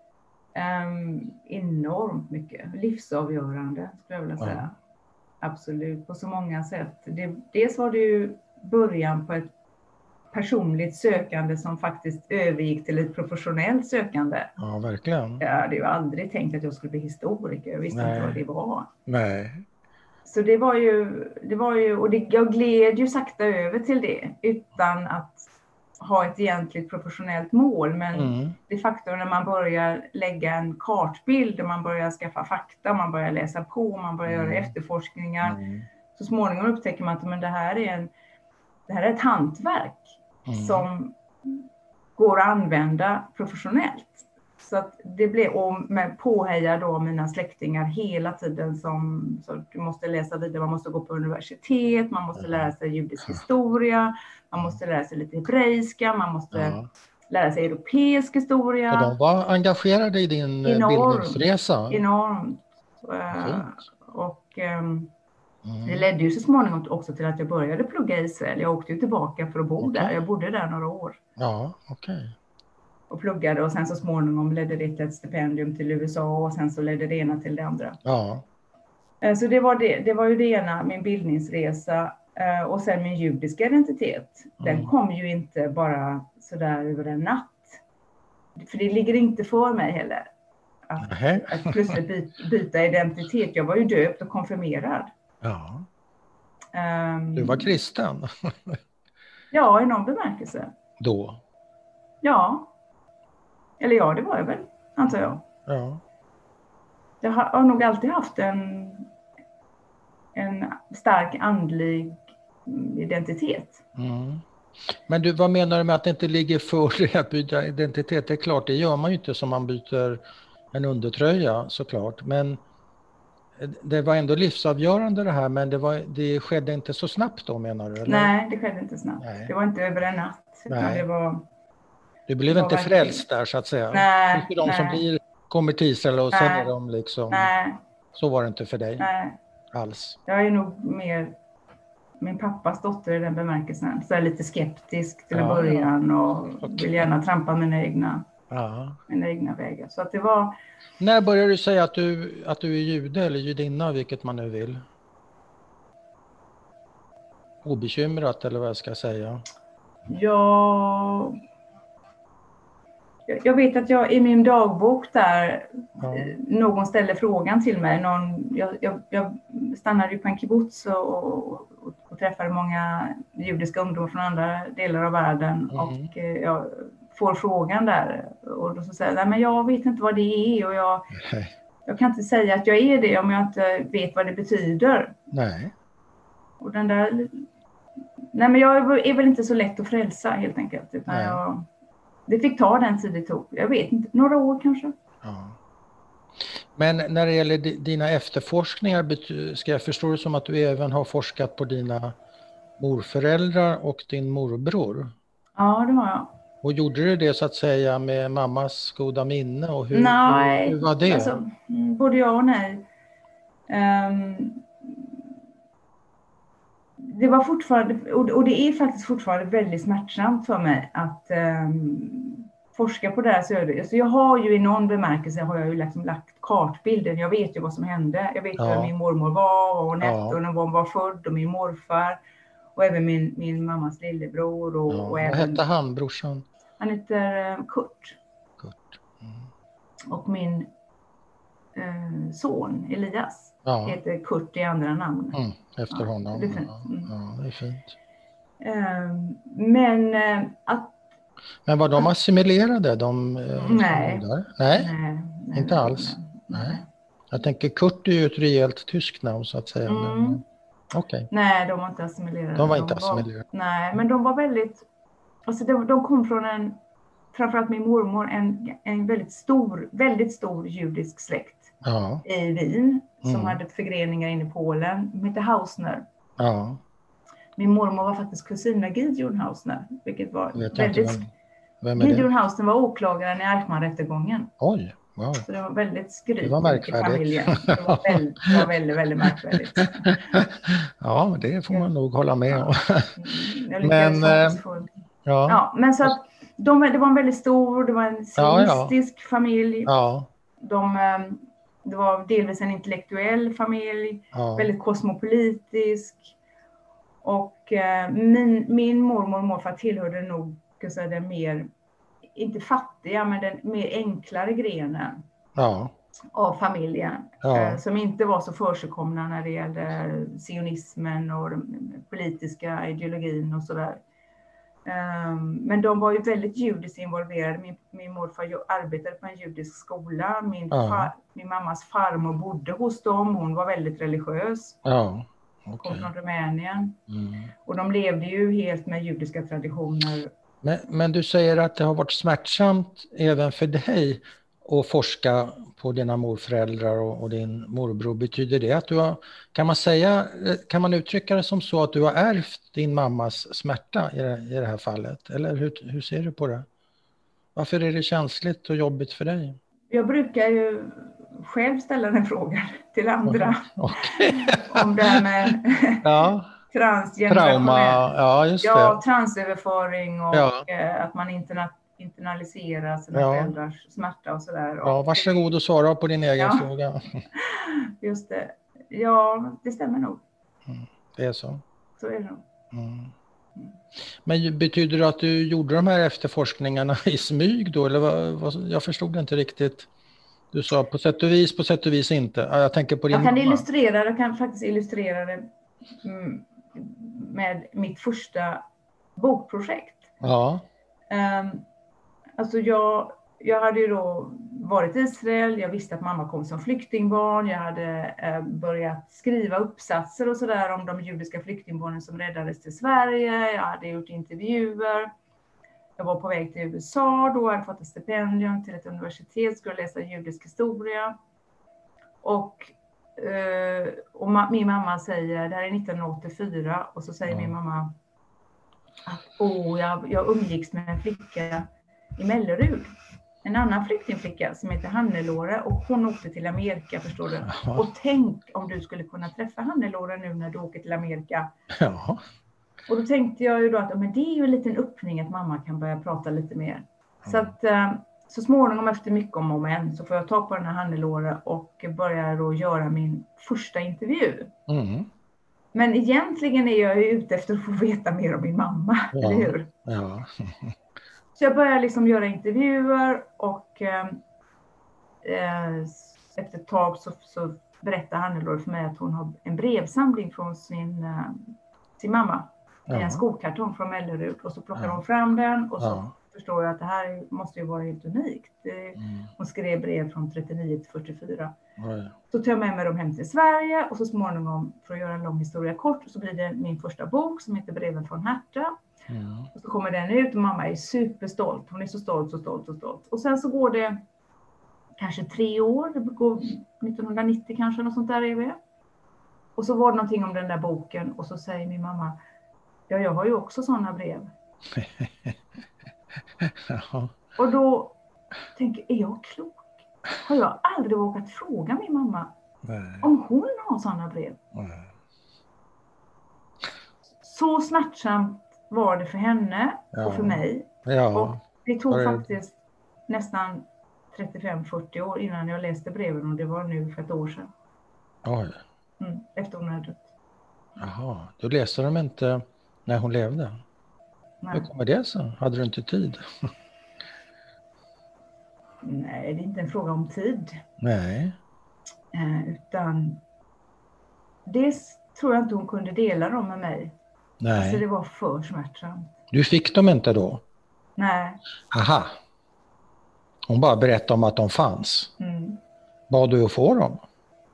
Enormt mycket. Livsavgörande, skulle jag vilja säga. Absolut, på så många sätt. Dels var det ju början på ett personligt sökande som faktiskt övergick till ett professionellt sökande. Ja, verkligen. Jag hade ju aldrig tänkt att jag skulle bli historiker. Jag visste inte vad det var. Nej. Så det var ju och jag gled ju sakta över till det utan att ha ett egentligt professionellt mål. Men det faktum när man börjar lägga en kartbild och man börjar skaffa fakta, man börjar läsa på, man börjar göra efterforskningar. Så småningom upptäcker man att men det här är ett hantverk som går att använda professionellt. Så att det blev med påheja då mina släktingar hela tiden så du måste läsa vidare, man måste gå på universitet, man måste lära sig judisk historia, man måste lära sig lite hebreiska, man måste lära sig europeisk historia. Och de var engagerade i din bildningsresa? Enormt. Det ledde ju så småningom också till att jag började plugga i Israel. Jag åkte ju tillbaka för att bo där. Jag bodde där några år. Ja, okej. Och pluggade och sen så småningom ledde det till ett stipendium till USA och sen så ledde det ena till det andra. Ja. Så det var ju det ena, min bildningsresa och sen min judiska identitet. Den kom ju inte bara sådär över en natt. För det ligger inte för mig heller. Att plötsligt byta identitet. Jag var ju döpt och konfirmerad. Ja. Du var kristen? Ja, i någon bemärkelse. Då? Ja. Eller ja, det var jag väl, antar jag. Ja. Jag har nog alltid haft en stark andlig identitet. Men du, vad menar du med att det inte ligger för dig att byta identitet? Det är klart, det gör man ju inte som man byter en undertröja såklart. Men det var ändå livsavgörande det här, men det skedde inte så snabbt då, menar du? Eller? Nej, det skedde inte snabbt. Nej. Det var inte över en natt. Nej. Du blev det inte verkligen frälst där så att säga? Nej. Inte de som kommer till Israel och sen är de liksom... Nej. Så var det inte för dig? Nej. Alls? Jag är nog mer min pappas dotter i den bemärkelsen. Så är lite skeptisk till början och vill gärna trampa mina egna vägar. Så att det var... När började du säga att du är jude eller judinna, vilket man nu vill? Obekymrat eller vad jag ska säga? Jag vet att jag i min dagbok där någon ställde frågan till mig. Jag stannade ju på en kibbutz och träffade många judiska ungdomar från andra delar av världen. Och jag får frågan där. Och då så säger jag, men jag vet inte vad det är. Och jag kan inte säga att jag är det om jag inte vet vad det betyder. Nej. Och den där... Nej, men jag är väl inte så lätt att frälsa helt enkelt. Utan det fick ta den tid det tog. Jag vet inte, några år kanske. Ja. Men när det gäller dina efterforskningar, ska jag förstå det som att du även har forskat på dina morföräldrar och din morbror? Ja, det har jag. Och gjorde du det så att säga med mammas goda minne? Och Nej, hur var det? alltså, både ja och nej. Det var fortfarande, och det är faktiskt fortfarande väldigt smärtsamt för mig att forska på deras öde. Alltså jag har ju i någon bemärkelse har jag ju liksom lagt kartbilden. Jag vet ju vad som hände. Jag vet ju vem min mormor var, vad hon hette och när hon var född, och min morfar. Och även min mammas lillebror. Och vad även, hette han, brorsan? Han heter Kurt. Mm. Och min son Elias heter Kurt i andra namn. Efter honom. Det är fint. Ja, det är fint. Men var de assimilerade? Nej. Nej, inte alls. Nej. Jag tänker Kurt är ju ett rejält tyskt namn så att säga. Okay. Nej, de var inte assimilerade. De var inte assimilerade. Nej, men de var väldigt... Alltså de kom från framförallt min mormor, en väldigt stor judisk släkt i Wien. Som hade förgreningar in i Polen. De hette Hausner. Ja. Min mormor var faktiskt kusin med Gideon Hausner. Vilket var väldigt... Vem är det? Gideon Hausner var åklagaren i Eichmann-rättegången. Oj, wow. Så det var väldigt skryt i familjen. Det var väldigt, väldigt märkvärdigt. Ja, det får man nog hålla med om. Men så att det var en väldigt stor, det var en sionistisk familj. Ja. Det var delvis en intellektuell familj, väldigt kosmopolitisk. Och min mormor och morfar tillhörde nog den mer, inte fattiga, men den mer enklare grenen av familjen. Som inte var så försigkomna när det gällde sionismen och den politiska ideologin och sådär. Men de var ju väldigt judiskt involverade. Min morfar arbetade på en judisk skola. Min mammas farmor bodde hos dem. Hon var väldigt religiös. Kom från Rumänien. Och de levde ju helt med judiska traditioner. Men du säger att det har varit smärtsamt även för dig att forska på dina morföräldrar och din morbror. Betyder det att du har, kan man uttrycka det som så att du har ärvt din mammas smärta i det här fallet? Eller hur ser du på det? Varför är det känsligt och jobbigt för dig? Jag brukar ju själv ställa den frågan till andra. Om det här med transgenerationell transöverföring och att man internaliserar sina föräldrars smärta och sådär. Ja, varsågod och svara på din egen fråga. Just det. Ja, det stämmer nog. Det är så. Så är det nog. Men betyder det att du gjorde de här efterforskningarna i smyg då? Eller jag förstod inte riktigt. Du sa på sätt och vis inte. Jag tänker på din jag kan faktiskt illustrera det med mitt första bokprojekt. Ja. Alltså jag hade ju då varit i Israel. Jag visste att mamma kom som flyktingbarn. Jag hade börjat skriva uppsatser och sådär om de judiska flyktingbarnen som räddades till Sverige. Jag hade gjort intervjuer. Jag var på väg till USA då. Jag hade fått ett stipendium till ett universitet. Skulle läsa judisk historia. Och min mamma säger, det här är 1984. Och så säger min mamma att jag umgicks med en flicka i Mellerud. En annan flyktingflicka som heter Hannelore, och hon åkte till Amerika, förstår du. Och tänk om du skulle kunna träffa Hannelore nu när du åker till Amerika. Ja. Och då tänkte jag ju då att men det är ju en liten öppning att mamma kan börja prata lite mer. Så att så småningom efter mycket om och men så får jag ta på den här Hannelore och börja då göra min första intervju. Men egentligen är jag ju ute efter att få veta mer om min mamma, eller hur? Ja. Så jag började liksom göra intervjuer och efter ett tag så berättar Hannelore för mig att hon har en brevsamling från sin mamma. I en skokartong från Mellerud. Och så plockar hon fram den och så förstår jag att det här måste ju vara helt unikt. Hon skrev brev från 39 till 44. Så tar jag med mig dem hem till Sverige och så småningom, för att göra en lång historia kort, så blir det min första bok som heter Breven från Herta. Och så kommer den ut och mamma är superstolt. Hon är så stolt. Och sen så går det kanske 3 år. Det går 1990 kanske, något sånt där är vi. Och så var det någonting om den där boken. Och så säger min mamma, ja, jag har ju också sådana brev. Jaha. Och då tänker jag, är jag klok? Har jag aldrig vågat fråga min mamma om hon har sådana brev? Så smärtsamt var det för henne och för mig. Ja. Och det tog faktiskt nästan 35-40 år innan jag läste breven, och det var nu för ett år sedan. Oj. Efter hon hade dött. Jaha, du läste dem inte när hon levde? Nej. Hur kommer det så? Hade du inte tid? Nej, det är inte en fråga om tid. Nej. Utan det tror jag inte hon kunde dela dem med mig. Nej. Alltså det var för smärtsamt. Du fick dem inte då? Nej. Aha. Hon bara berättade om att de fanns. Bad du att få dem?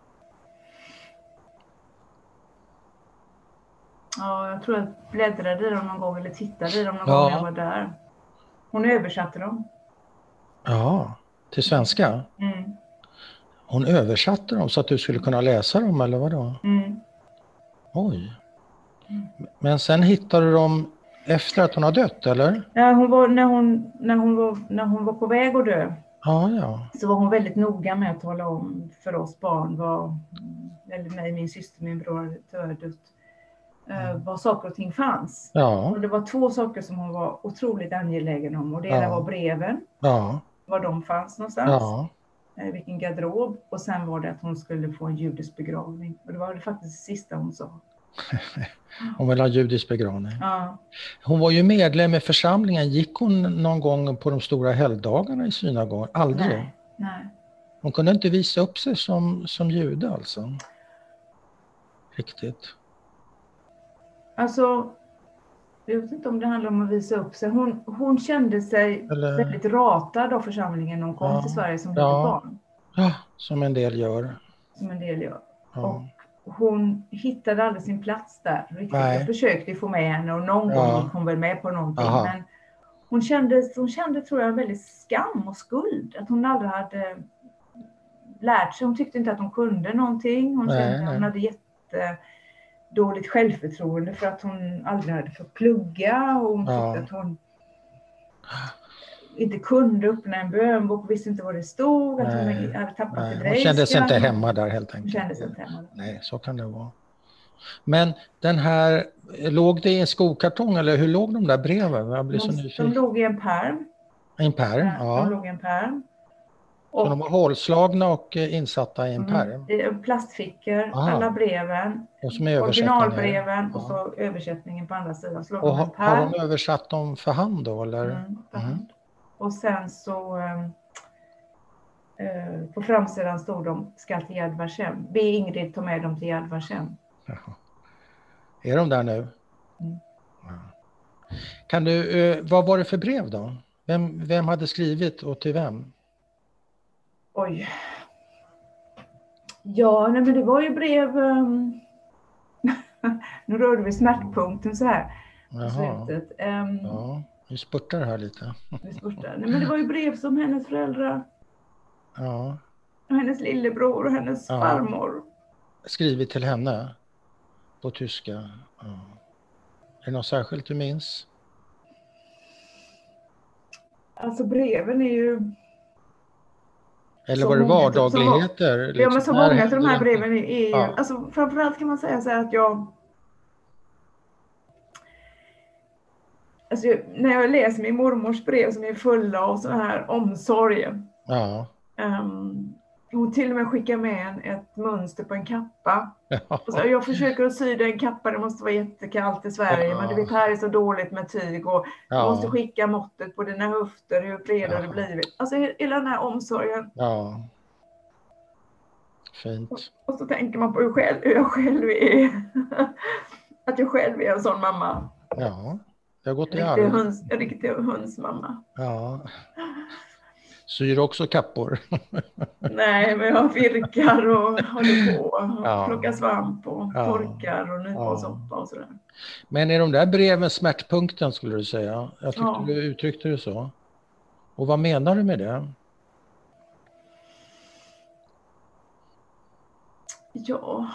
Ja, jag tror jag bläddrade i dem någon gång eller tittade i dem någon gång när jag var där. Hon översatte dem. Ja, till svenska? Hon översatte dem så att du skulle kunna läsa dem, eller vadå? Oj. Men sen hittade du dem efter att hon har dött, eller? Ja, när hon var på väg att dö. Ja. Så var hon väldigt noga med att tala om för oss barn eller mig, min syster, min bror tyvärr dött. Vad saker och ting fanns. Ja. Och det var 2 saker som hon var otroligt angelägen om. Och det ena var breven. Ja. Var de fanns någonstans. Ja. Vilken garderob. Och sen var det att hon skulle få en judisk begravning. Och det var det faktiskt det sista hon sa. Hon vill ha judisk begravning. Ja. Hon var ju medlem i församlingen. Gick hon någon gång på de stora helgdagarna i synagogan? Aldrig? Nej. Hon kunde inte visa upp sig som jude alltså? Riktigt. Alltså, jag vet inte om det handlar om att visa upp sig. Hon kände sig väldigt ratad av församlingen när hon kom till Sverige som litet barn. Ja, som en del gör. Ja. Och hon hittade aldrig sin plats där. Riktigt. Jag försökte få med henne och någon gång gick hon väl med på någonting. Men hon kände tror jag väldigt skam och skuld. Att hon aldrig hade lärt sig. Hon tyckte inte att hon kunde någonting. Hon kände att hon hade dåligt självförtroende för att hon aldrig hade fått plugga. Och hon tyckte att hon inte kunde öppna en bönbok, visste inte vad det stod, att hon hade tappat hebreiska. Hon kände sig inte hemma där helt enkelt. Hon kände sig inte hemma där. Nej, så kan det vara. Men den här, låg det i en skokartong eller hur låg de där breven? Jag blir så nyfiken. De låg i en pärm. En pärm, ja. De låg i en pärm. Så de var hålslagna och insatta i en pärm? I plastfickor, alla breven. Och som är originalbreven och så översättningen på andra sidan. Så och har de översatt dem för hand då? Eller? För hand. Och sen så på framsidan stod de ska till Yad Vashem. Be Ingrid ta med dem till Yad Vashem. Är de där nu? Kan du, vad var det för brev då? Vem hade skrivit och till vem? Oj. Ja, nej, men det var ju brev. Nu rörde vi smärtpunkten så här. Slutet. Ja, vi spurtar här lite. Vi spurtar. Nej, men det var ju brev som hennes föräldrar. Ja. Och hennes lillebror och hennes farmor. Skrivit till henne på tyska. Ja. Är det något särskilt du minns? Alltså breven är ju... Eller var det vardagligheter? Liksom, ja, men så många av de här breven är ju... Alltså framförallt kan man säga så här att jag... Alltså, när jag läser min mormors brev som är fulla av sån här omsorg. Ja. Hon till och med skickar med ett mönster på en kappa. Ja. Och så, jag försöker att sy en kappa, det måste vara jättekallt i Sverige. Men du vet, här är så dåligt med tyg. Och du måste skicka måttet på dina höfter, hur bred har det blivit. Alltså hela den här omsorgen. Ja. Fint. Och så tänker man på hur jag själv är. Att jag själv är en sån mamma. Ja, det har gått i arv. En riktig hönsmamma. Ja. Syr också kappor. Nej, men jag virkar och håller på och plockar svamp och torkar och nyponsoppa och sådär. Men är de där breven smärtpunkten skulle du säga? Jag tyckte du uttryckte det så. Och vad menar du med det? Ja,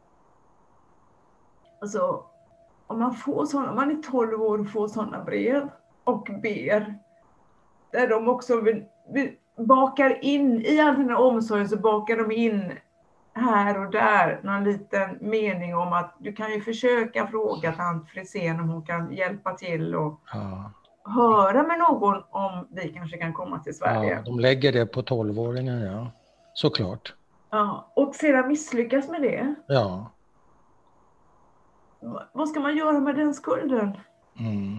alltså om man är 12 år och får sådana brev och ber, där de också bakar in, i all den här omsorgen så bakar de in här och där någon liten mening om att du kan ju försöka fråga tant Frisén om hon kan hjälpa till och höra med någon om vi kanske kan komma till Sverige. Ja, de lägger det på 12-åringen, ja. Såklart. Ja, och sedan misslyckas med det. Ja. Vad ska man göra med den skulden? Mm.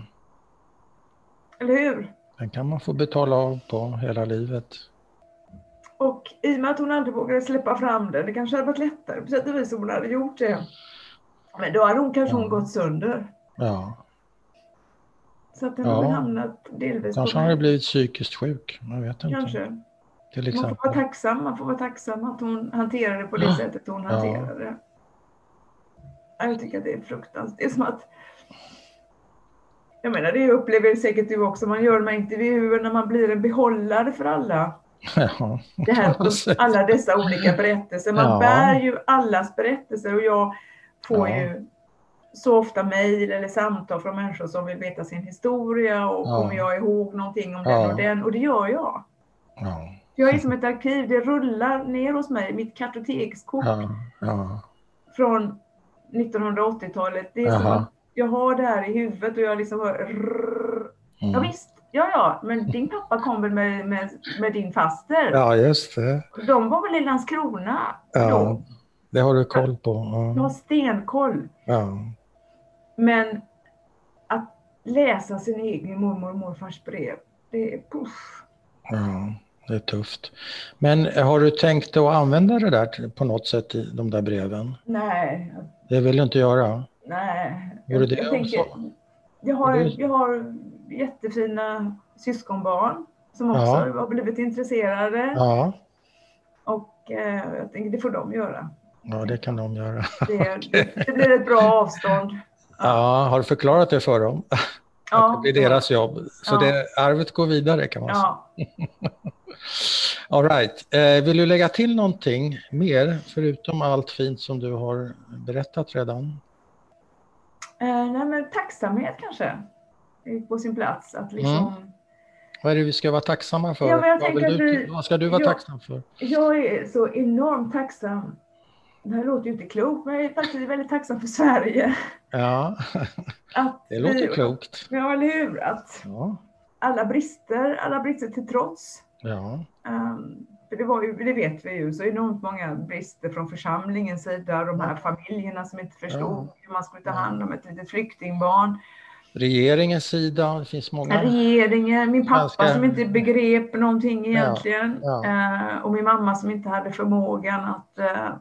Eller hur? Den kan man få betala av på hela livet. Och i och med att hon aldrig vågade släppa fram det kanske hade varit lättare på sätt och vis om hon hade gjort det. Men då hade hon kanske gått sönder. Ja. Så att den har väl hamnat delvis kanske har det blivit psykiskt sjuk, man vet inte. Kanske. Till exempel. Man får vara tacksam att hon hanterade det på det sättet hon hanterade det. Jag tycker att det är fruktansvärt. Det är som att, jag menar, det upplever säkert du också, man gör de här intervjuerna när man blir en behållare för alla. Ja, det här, alla dessa olika berättelser. Man bär ju allas berättelser och jag får ju så ofta mejl eller samtal från människor som vill veta sin historia och kommer jag ihåg någonting om den och den, och det gör jag. Jag är som ett arkiv, det rullar ner hos mig, mitt kartotekskort från 1980-talet. Det är som att jag har det här i huvudet och jag liksom ja visst, men din pappa kom väl med din faster. Ja, just det. De var väl i Landskrona då. Det har du koll på. Jag har stenkoll. Ja. Men att läsa sin egen mormor och morfars brev, det är puff. Ja, det är tufft. Men har du tänkt att använda det där på något sätt i de där breven? Nej. Det vill du inte göra? Nej. Jag har jättefina syskonbarn som också har blivit intresserade. Ja. Och jag tänker det får de göra. Ja, det kan de göra. Det blir ett bra avstånd. Ja, har du förklarat det för dem? Att det blir deras jobb. Så det arvet går vidare kan man säga. All right. Vill du lägga till någonting mer förutom allt fint som du har berättat redan? Nej, men tacksamhet kanske är på sin plats. Att liksom... Vad är det vi ska vara tacksamma för? Ja, men jag vad ska du vara tacksam för? Jag är så enormt tacksam. Det här låter ju inte klokt, men jag är faktiskt väldigt tacksam för Sverige. Ja, det låter klokt. Ja, eller hur? Att alla brister till trots. Ja. För det vet vi ju, så enormt många brister från församlingens sida. De här familjerna som inte förstod hur man skulle ta hand om ett litet flyktingbarn. Regeringens sida, det finns många. Regeringen, min pappa som inte begrep någonting egentligen. Och min mamma som inte hade förmågan att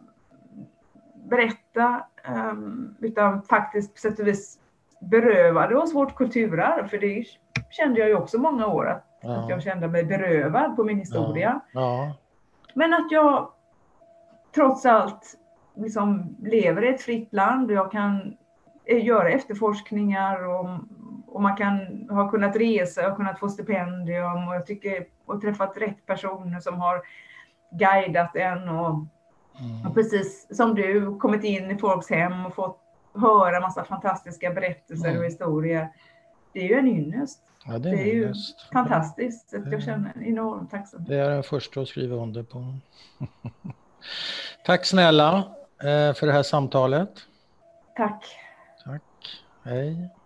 berätta, utan faktiskt på sätt och vis berövade oss vårt kulturarv. För det kände jag ju också många år, att jag kände mig berövad på min historia. Men att jag trots allt liksom lever i ett fritt land och jag kan göra efterforskningar och man kan ha kunnat resa och kunnat få stipendium, och jag tycker och träffat rätt personer som har guidat en och precis som du kommit in i folks hem och fått höra massa fantastiska berättelser och historier. Det är ju en ynnest. Ja, det är ju fantastiskt. Jag känner en enorm tacksamhet. Det är den första att skriva under på. Tack snälla för det här samtalet. Tack. Tack. Hej.